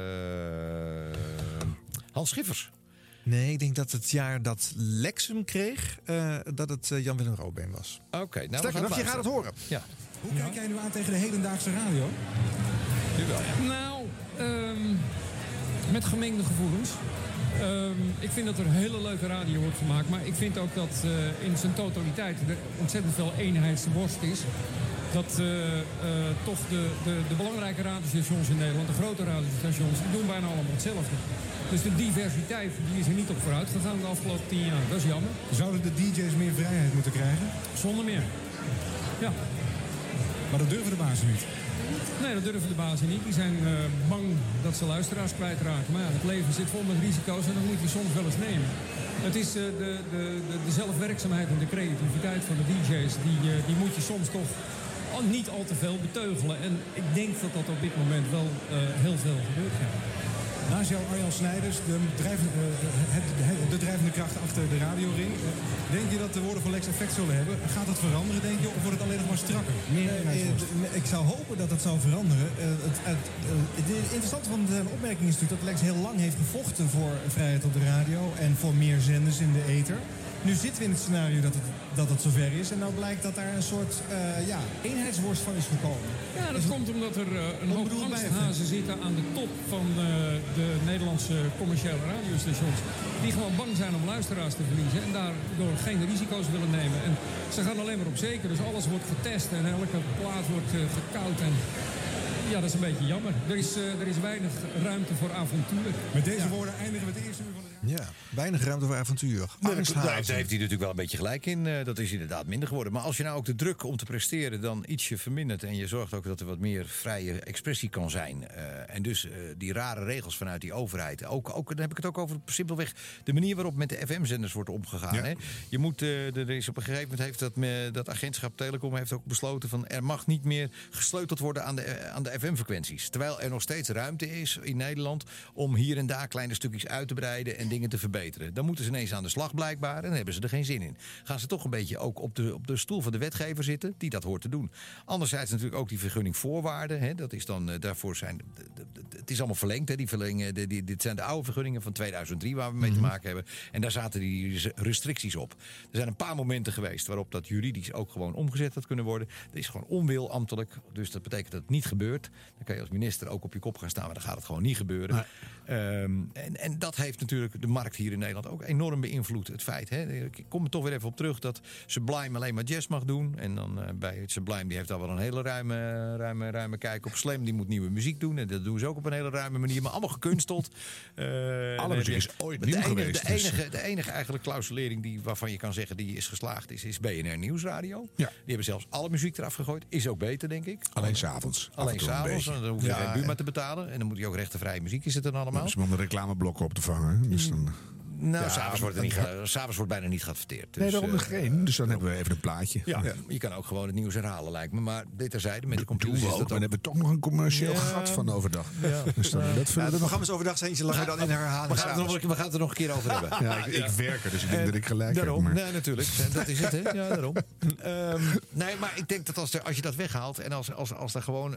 Hans Schiffers. Nee, ik denk dat het jaar dat Lex hem kreeg, dat het Jan-Willem Roodbeen was. Oké, nou sterker nog, je gaat het horen. Ja. Hoe kijk jij nu aan tegen de hedendaagse radio? Nou, met gemengde gevoelens. Ik vind dat er hele leuke radio wordt gemaakt. Maar ik vind ook dat in zijn totaliteit er ontzettend veel eenheidsworst is. Dat toch de belangrijke radiostations in Nederland, de grote radiostations, die doen bijna allemaal hetzelfde. Dus de diversiteit die is er niet op vooruit gegaan de afgelopen 10 jaar. Dat is jammer. Zouden de DJ's meer vrijheid moeten krijgen? Zonder meer. Ja. Maar dat durven de bazen niet? Nee, dat durven de bazen niet. Die zijn bang dat ze luisteraars kwijtraken. Maar ja, het leven zit vol met risico's en dat moet je soms wel eens nemen. Het is de zelfwerkzaamheid en de creativiteit van de DJ's. Die moet je soms toch niet al te veel beteugelen. En ik denk dat dat op dit moment wel heel veel gebeurt. Ja. Naast jou Arjan Snijders, de drijvende kracht achter de radioring. Denk je dat de woorden van Lex effect zullen hebben? Gaat dat veranderen, denk je, of wordt het alleen nog maar strakker? Ik zou hopen dat het zou veranderen. Het interessante van de opmerking is natuurlijk dat Lex heel lang heeft gevochten voor vrijheid op de radio en voor meer zenders in de ether. Nu zitten we in het scenario dat het zover is. En nou blijkt dat daar een soort eenheidsworst van is gekomen. Ja, dat komt omdat er een hoop angsthazen zitten aan de top van de Nederlandse commerciële radiostations. Die gewoon bang zijn om luisteraars te verliezen. En daardoor geen risico's willen nemen. En ze gaan alleen maar op zeker. Dus alles wordt getest en elke plaat wordt gekoud. En ja, dat is een beetje jammer. Er is weinig ruimte voor avontuur. Met deze woorden eindigen we het eerste uur van de... Ja, weinig ruimte voor avontuur. Daar heeft hij natuurlijk wel een beetje gelijk in. Dat is inderdaad minder geworden. Maar als je nou ook de druk om te presteren dan ietsje vermindert... en je zorgt ook dat er wat meer vrije expressie kan zijn... en dus die rare regels vanuit die overheid... Ook, dan heb ik het ook over simpelweg de manier waarop met de FM-zenders wordt omgegaan. Ja. Hè? Je moet, er is op een gegeven moment heeft dat agentschap Telecom heeft ook besloten... van er mag niet meer gesleuteld worden aan de FM-frequenties. Terwijl er nog steeds ruimte is in Nederland... om hier en daar kleine stukjes uit te breiden... en dingen te verbeteren. Dan moeten ze ineens aan de slag blijkbaar en dan hebben ze er geen zin in. Gaan ze toch een beetje ook op de stoel van de wetgever zitten die dat hoort te doen. Anderzijds natuurlijk ook die vergunningvoorwaarden. Hè, dat is dan daarvoor zijn. Het is allemaal verlengd. Hè, dit zijn de oude vergunningen van 2003 waar we mee te maken hebben. En daar zaten die restricties op. Er zijn een paar momenten geweest waarop dat juridisch ook gewoon omgezet had kunnen worden. Er is gewoon onwil ambtelijk. Dus dat betekent dat het niet gebeurt. Dan kan je als minister ook op je kop gaan staan, maar dan gaat het gewoon niet gebeuren. Nee. En dat heeft natuurlijk de markt hier in Nederland ook enorm beïnvloed. Het feit, hè, ik kom er toch weer even op terug dat Sublime alleen maar jazz mag doen. En dan bij Sublime, die heeft daar wel een hele ruime kijk op. Slam, die moet nieuwe muziek doen. En dat doen ze ook op een hele ruime manier. Maar allemaal gekunsteld. Alle muziek is ooit nieuw geweest. De enige eigenlijk clausulering waarvan je kan zeggen die is geslaagd is BNR Nieuwsradio. Ja. Die hebben zelfs alle muziek eraf gegooid. Is ook beter, denk ik. Alleen s'avonds. Alleen s'avonds. Dan hoef je geen Buma te betalen. En dan moet je ook rechtenvrije muziek is het dan allemaal. Om de reclameblokken op te vangen. Dus dan... Nou, s'avonds wordt bijna niet geadverteerd. Dus, nee, daarom geen. Dus dan hebben we even een plaatje. Ja, je kan ook gewoon het nieuws herhalen, lijkt me. Maar dit terzijde, met de computer. Dan hebben we toch nog een commercieel gat van overdag. Ja. Dus dan, de programma's overdag zijn ietsje langer dan in herhaling. We gaan het er nog een keer over hebben. Ja, ik werk er, dus ik denk dat ik gelijk daarom, heb. Maar... Nee, natuurlijk. Dat is het, hè? Ja, daarom. Nee, maar ik denk dat als je dat weghaalt en als er gewoon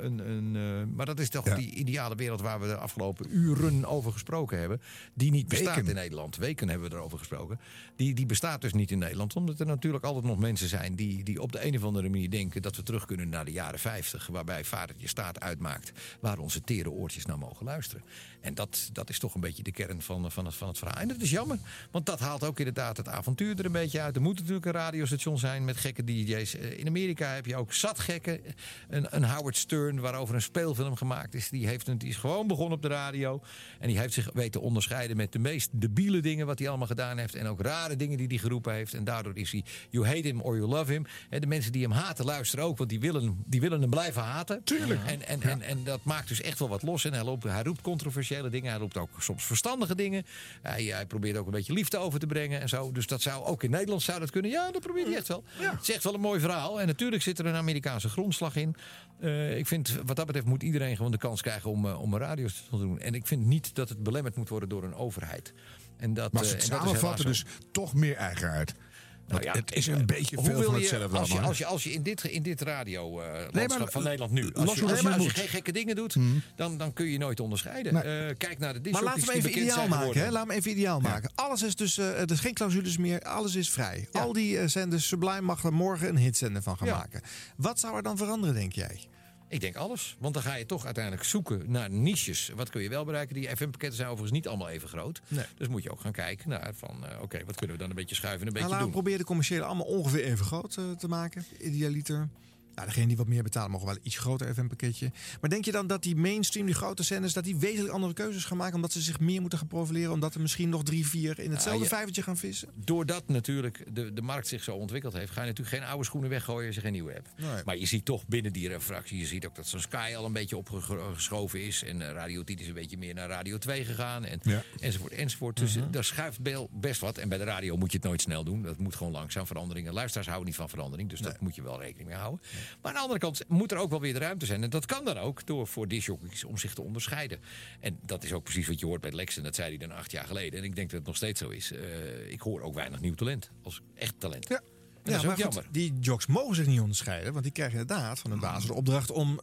maar dat is toch die ideale wereld waar we de afgelopen uren over gesproken hebben. Die niet bestaat in Nederland. Weken hebben we erover gesproken. Die bestaat dus niet in Nederland. Omdat er natuurlijk altijd nog mensen zijn die op de een of andere manier denken dat we terug kunnen naar de jaren 50. Waarbij vadertje staat uitmaakt waar onze tere oortjes naar mogen luisteren. En dat is toch een beetje de kern van het verhaal. En dat is jammer. Want dat haalt ook inderdaad het avontuur er een beetje uit. Er moet natuurlijk een radiostation zijn met gekke DJ's. In Amerika heb je ook zat gekken. Een Howard Stern waarover een speelfilm gemaakt is. Die is gewoon begonnen op de radio. En die heeft zich weten onderscheiden met de meest debiele dingen wat hij allemaal gedaan heeft. En ook rare dingen die hij geroepen heeft. En daardoor is hij you hate him or you love him. De mensen die hem haten luisteren ook. Want die willen hem blijven haten. Tuurlijk. En dat maakt dus echt wel wat los. En hij roept controversiële dingen. Hij roept ook soms verstandige dingen. Hij probeert ook een beetje liefde over te brengen en zo. Dus dat zou ook in Nederland zou dat kunnen. Ja, dat probeert hij echt wel. Ja. Het is echt wel een mooi verhaal. En natuurlijk zit er een Amerikaanse grondslag in. Ik vind, wat dat betreft moet iedereen gewoon de kans krijgen om een radiostation te doen. En ik vind niet dat het belemmerd moet worden door een overheid. En dat, maar als het samenvatten dus toch meer eigenheid. Nou ja, het is een beetje veel van hetzelfde allemaal. Als je in dit radiolandschap van Nederland nu... Als je geen gekke dingen doet, dan kun je nooit onderscheiden. Nee. Kijk naar de discjockeys. Maar laten we even ideaal maken. Laat me even ideaal maken. Alles is dus... er is geen clausules meer. Alles is vrij. Ja. Al die zenders, Sublime mag er morgen een hitzender van gaan maken. Wat zou er dan veranderen, denk jij? Ik denk alles. Want dan ga je toch uiteindelijk zoeken naar niches. Wat kun je wel bereiken? Die FM-pakketten zijn overigens niet allemaal even groot. Nee. Dus moet je ook gaan kijken naar van... Oké, wat kunnen we dan een beetje schuiven en een beetje doen? Laten we proberen de commerciële allemaal ongeveer even groot te maken. Idealiter. Nou, degene die wat meer betalen mogen wel een iets groter FM-pakketje. Maar denk je dan dat die mainstream, die grote zenders... dat die wezenlijk andere keuzes gaan maken... omdat ze zich meer moeten gaan profileren... omdat er misschien nog 3-4 in hetzelfde vijvertje gaan vissen? Doordat natuurlijk de markt zich zo ontwikkeld heeft... ga je natuurlijk geen oude schoenen weggooien als je geen nieuwe hebt. Nee. Maar je ziet toch binnen die refractie... je ziet ook dat zo'n Sky al een beetje opgeschoven is... en Radio 10 is een beetje meer naar Radio 2 gegaan... enzovoort. Dus daar schuift best wat. En bij de radio moet je het nooit snel doen. Dat moet gewoon langzaam veranderingen. Luisteraars houden niet van verandering... dus dat moet je wel rekening mee houden. Maar aan de andere kant moet er ook wel weer de ruimte zijn. En dat kan dan ook voor discjockeys om zich te onderscheiden. En dat is ook precies wat je hoort bij Lex. En dat zei hij dan 8 jaar geleden. En ik denk dat het nog steeds zo is. Ik hoor ook weinig nieuw talent. Als echt talent. Ja. Ja, maar goed, die jocks mogen zich niet onderscheiden. Want die krijgen inderdaad van hun basis de opdracht om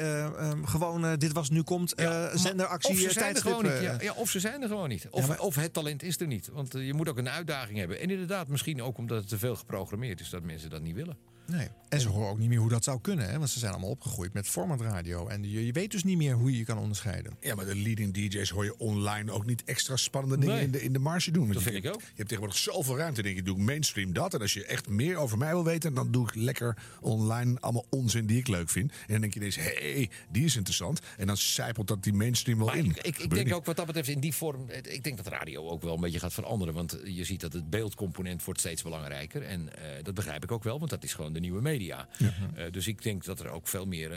gewoon dit was nu komt, zenderactie. Of ze zijn er gewoon niet. Of ze zijn er gewoon niet. Of het talent is er niet. Want je moet ook een uitdaging hebben. En inderdaad, misschien ook omdat het te veel geprogrammeerd is dat mensen dat niet willen. Nee. En ze horen ook niet meer hoe dat zou kunnen. Hè? Want ze zijn allemaal opgegroeid met formatradio. En je weet dus niet meer hoe je je kan onderscheiden. Ja, maar de leading DJ's hoor je online ook niet extra spannende dingen in de marge doen. Dat vind ik ook. Je hebt tegenwoordig zoveel ruimte. Denk je, doe ik mainstream dat. En als je echt meer over mij wil weten... dan doe ik lekker online allemaal onzin die ik leuk vind. En dan denk je ineens, die is interessant. En dan sijpelt dat die mainstream wel in. Ik denk ook wat dat betreft in die vorm... Ik denk dat radio ook wel een beetje gaat veranderen. Want je ziet dat het beeldcomponent wordt steeds belangrijker. En dat begrijp ik ook wel, want dat is gewoon de nieuwe media. Ja. Dus ik denk dat er ook veel meer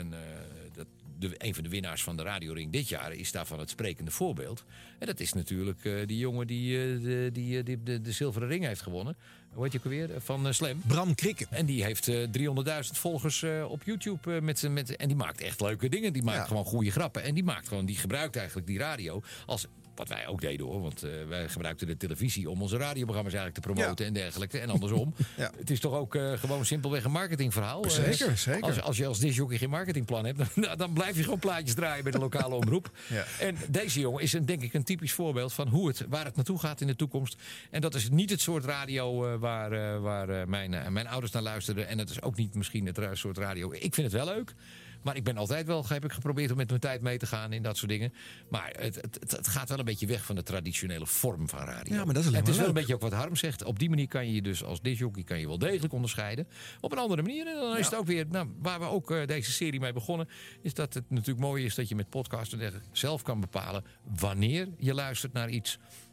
een van de winnaars van de radioring dit jaar is daarvan het sprekende voorbeeld. En dat is natuurlijk die jongen die de zilveren ring heeft gewonnen. Hoe heet je ook alweer? Van Slam. Bram Krikke. En die heeft 300.000 volgers op YouTube. En die maakt echt leuke dingen. Die maakt gewoon goede grappen. En die gebruikt eigenlijk die radio als... Wat wij ook deden hoor, want wij gebruikten de televisie om onze radioprogramma's eigenlijk te promoten en dergelijke. En andersom. Het is toch ook gewoon simpelweg een marketingverhaal. Zeker. Als je als discjockey geen marketingplan hebt, dan blijf je gewoon plaatjes draaien bij de lokale omroep. En deze jongen is denk ik een typisch voorbeeld van waar het naartoe gaat in de toekomst. En dat is niet het soort radio waar mijn ouders naar luisterden. En dat is ook niet misschien het soort radio. Ik vind het wel leuk. Maar ik ben altijd wel, heb ik geprobeerd om met mijn tijd mee te gaan in dat soort dingen. Maar het gaat wel een beetje weg van de traditionele vorm van radio. Ja, maar dat is het is wel een beetje ook wat Harm zegt. Op die manier kan je dus als discjockey wel degelijk onderscheiden. Op een andere manier. En dan is het ook weer, waar we ook deze serie mee begonnen, is dat het natuurlijk mooi is dat je met podcasts en dergelijke zelf kan bepalen wanneer je luistert naar iets.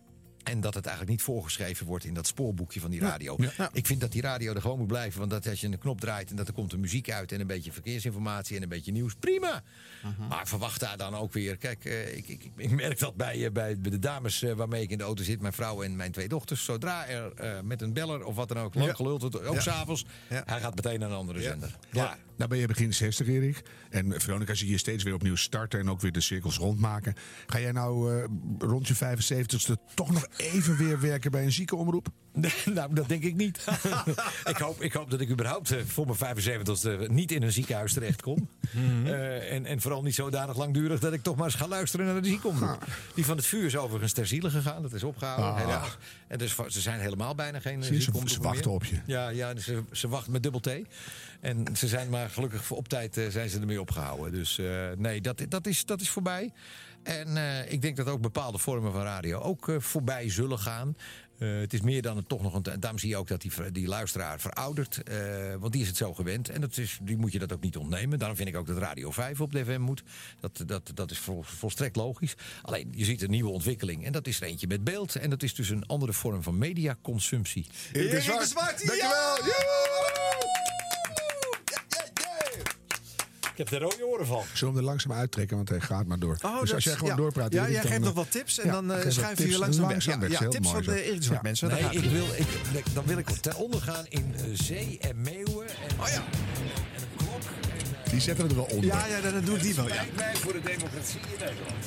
En dat het eigenlijk niet voorgeschreven wordt in dat spoorboekje van die radio. Ja. Ik vind dat die radio er gewoon moet blijven. Want dat als je een knop draait en dat er komt er muziek uit... en een beetje verkeersinformatie en een beetje nieuws, prima. Maar verwacht daar dan ook weer... Kijk, ik merk dat bij de dames waarmee ik in de auto zit... mijn vrouw en mijn 2 dochters. Zodra er met een beller of wat dan ook lang geluld wordt... ook s'avonds, hij gaat meteen naar een andere zender. Ja. Nou ben je begin 60, Erik. En Veronica zie je steeds weer opnieuw starten... en ook weer de cirkels rondmaken. Ga jij nou rond je 75ste toch nog even weer werken bij een ziekenomroep? Nou, dat denk ik niet. ik hoop dat ik überhaupt voor mijn 75ste niet in een ziekenhuis terecht kom. En vooral niet zodanig langdurig dat ik toch maar eens ga luisteren naar de ziekenomroep. Die van het vuur is overigens ter ziele gegaan. Dat is opgehouden. Helaas. En dus ze zijn helemaal bijna geen ziekenomroep. Ze wachten op je. Ja, ze wachten met dubbel T. En ze zijn maar gelukkig op tijd zijn ze ermee opgehouden. Dus nee, dat is voorbij. En ik denk dat ook bepaalde vormen van radio ook voorbij zullen gaan. Het is meer dan toch nog een... Daarom zie je ook dat die luisteraar veroudert. Want die is het zo gewend. En die moet je dat ook niet ontnemen. Daarom vind ik ook dat Radio 5 op de FM moet. Dat is volstrekt logisch. Alleen, je ziet een nieuwe ontwikkeling. En dat is er eentje met beeld. En dat is dus een andere vorm van mediaconsumptie. Erik de Zwart, dankjewel! Ik heb er rode oren van. Zullen we hem er langzaam uittrekken, want hij gaat maar door. Dus als jij gewoon doorpraat... Ja, jij geeft nog wat tips en dan schuiven we je langzaam weg. Ja, tips van de Erik de Zwart, mensen. Dan wil ik ten onder gaan in zee en meeuwen. En een klok. Die zetten we er wel onder. Ja, dan doe ik die wel. Spijt mij voor de democratie in Nederland.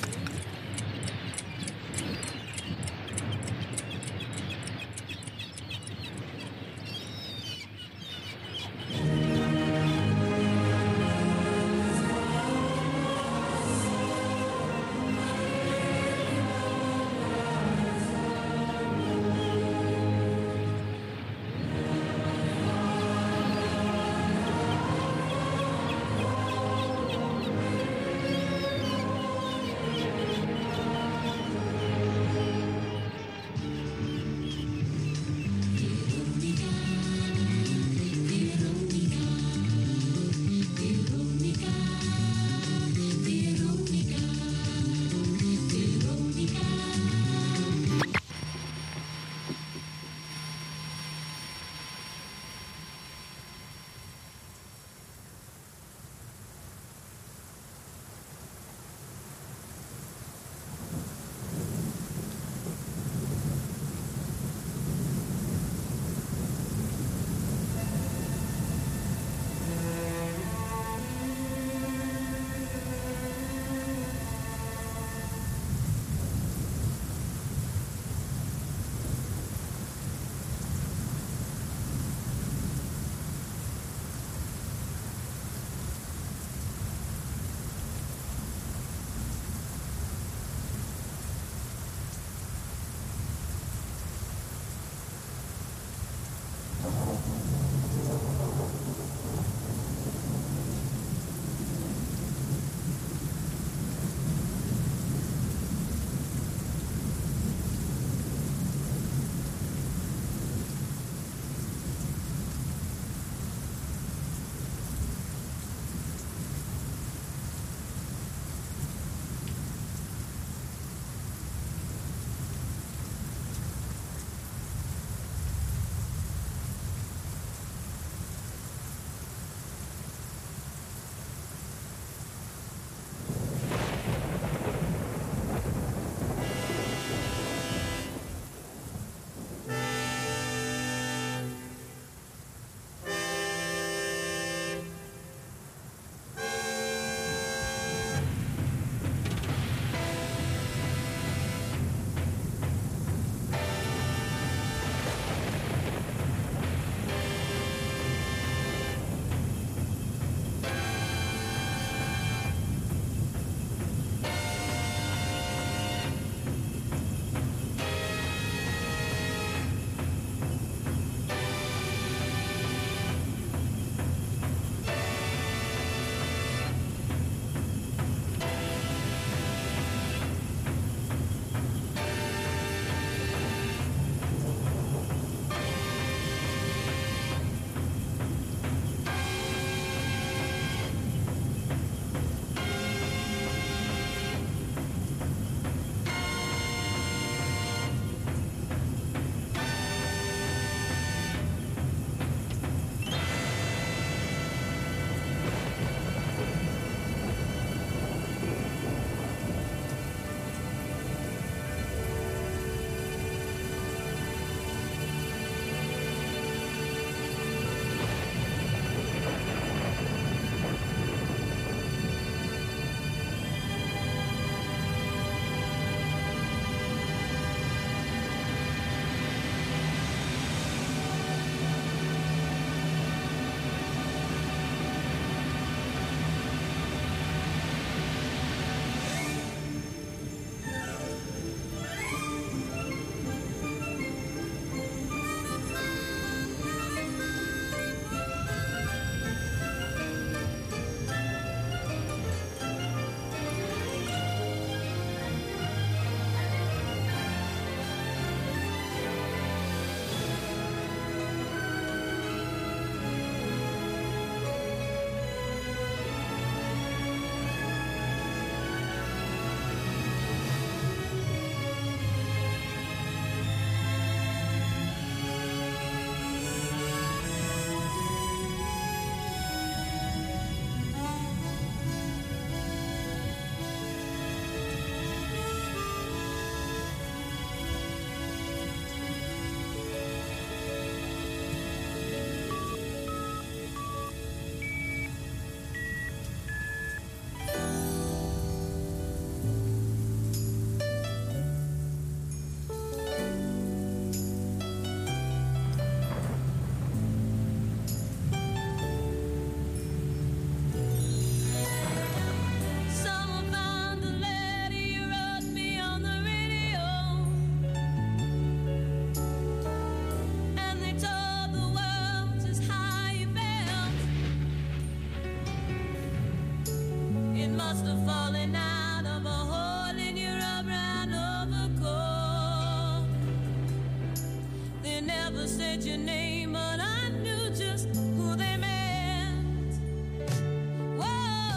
said your name, but I knew just who they meant. Whoa,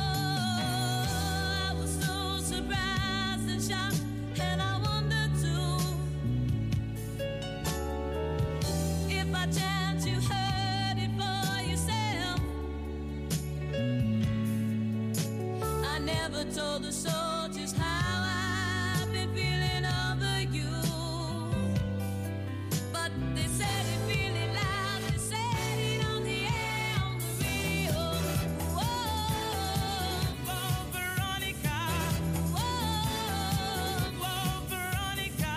I was so surprised and shocked, and I wondered too if by chance you heard it for yourself. I never told the soldiers how I've been feeling over you, but they said it really loud. They said it on the air, on the radio. Whoa, whoa, Veronica. Whoa, whoa, Veronica.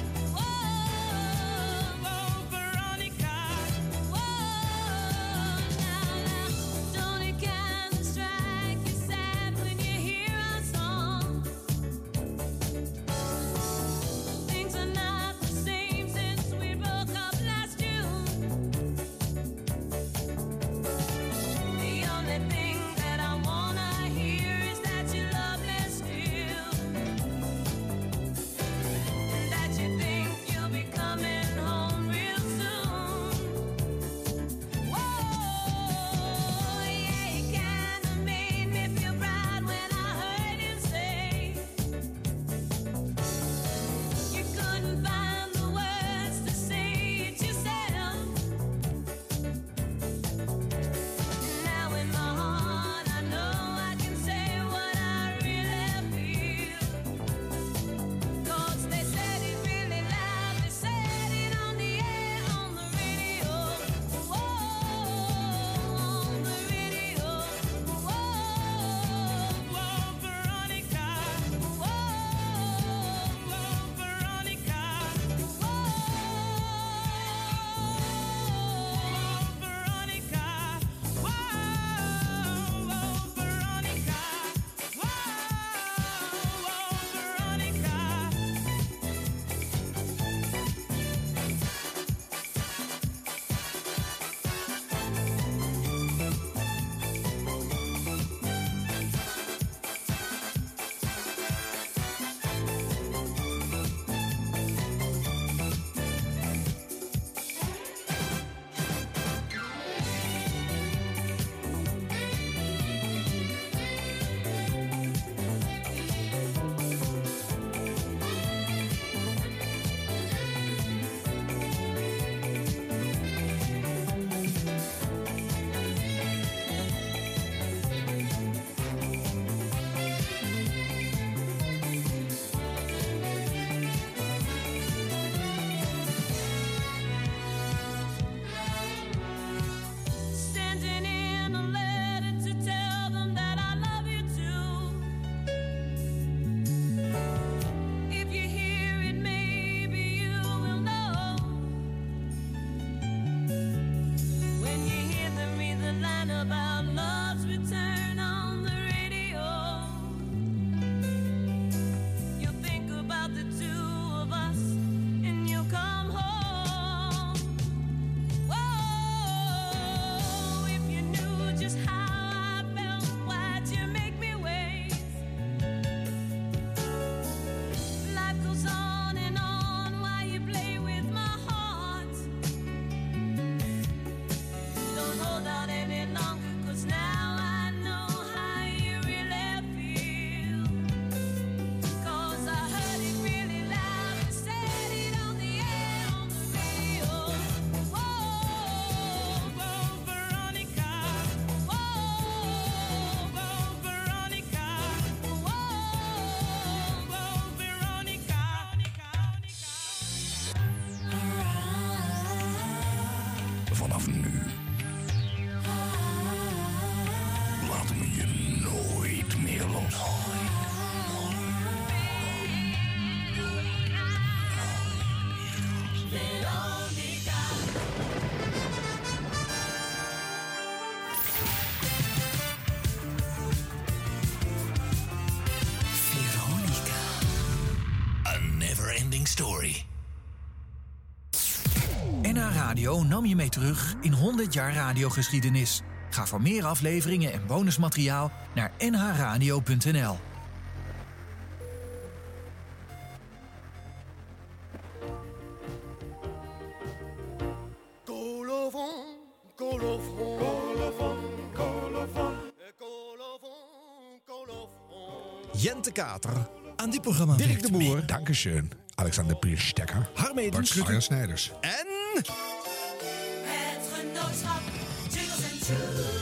Whoa, whoa, Veronica. Whoa, now, don't it kind of strike you sad when you hear our song? Things are not the same since we broke up last June. The only thing that I wanna hear is that you love me still, and that you think you'll be coming home real soon. Whoa, yeah, it kinda made me feel proud when I heard him say you couldn't find the words to say it yourself. Now in my heart I know I can say what I really feel, 'cause they said it really loud. They said it on the air, on the radio. Whoa, on the radio. Whoa, whoa, Veronica. Whoa, whoa, Veronica. Whoa, Veronica. Whoa, Veronica. Sending in a letter to tell them that I love you too. If you hear it, maybe you will know. When you hear them read the line about love's return on the radio, you'll think about the two of us and you'll come home. Whoa, if you knew just how I felt, why'd you make me wait? Life goes on while you play with my heart. Don't hold out any longer, 'cause now I know how you really feel. 'Cause I heard it really loud and said it on the air, on the radio. Whoa, whoa, Veronica. Whoa, whoa, Veronica. Whoa, whoa, Veronica. Vanaf nu laten we je nooit meer los. Veronica. A never-ending story. NH Radio nam je mee terug in 100 jaar radiogeschiedenis. Ga voor meer afleveringen en bonusmateriaal naar nhradio.nl. Go Jente Kater. Aan dit programma Dirk de Boer. Dankeschön. Alexander Pierstekker. Harmedens. Arjan Snijders. En... Het genootschap Jingles and Tunes.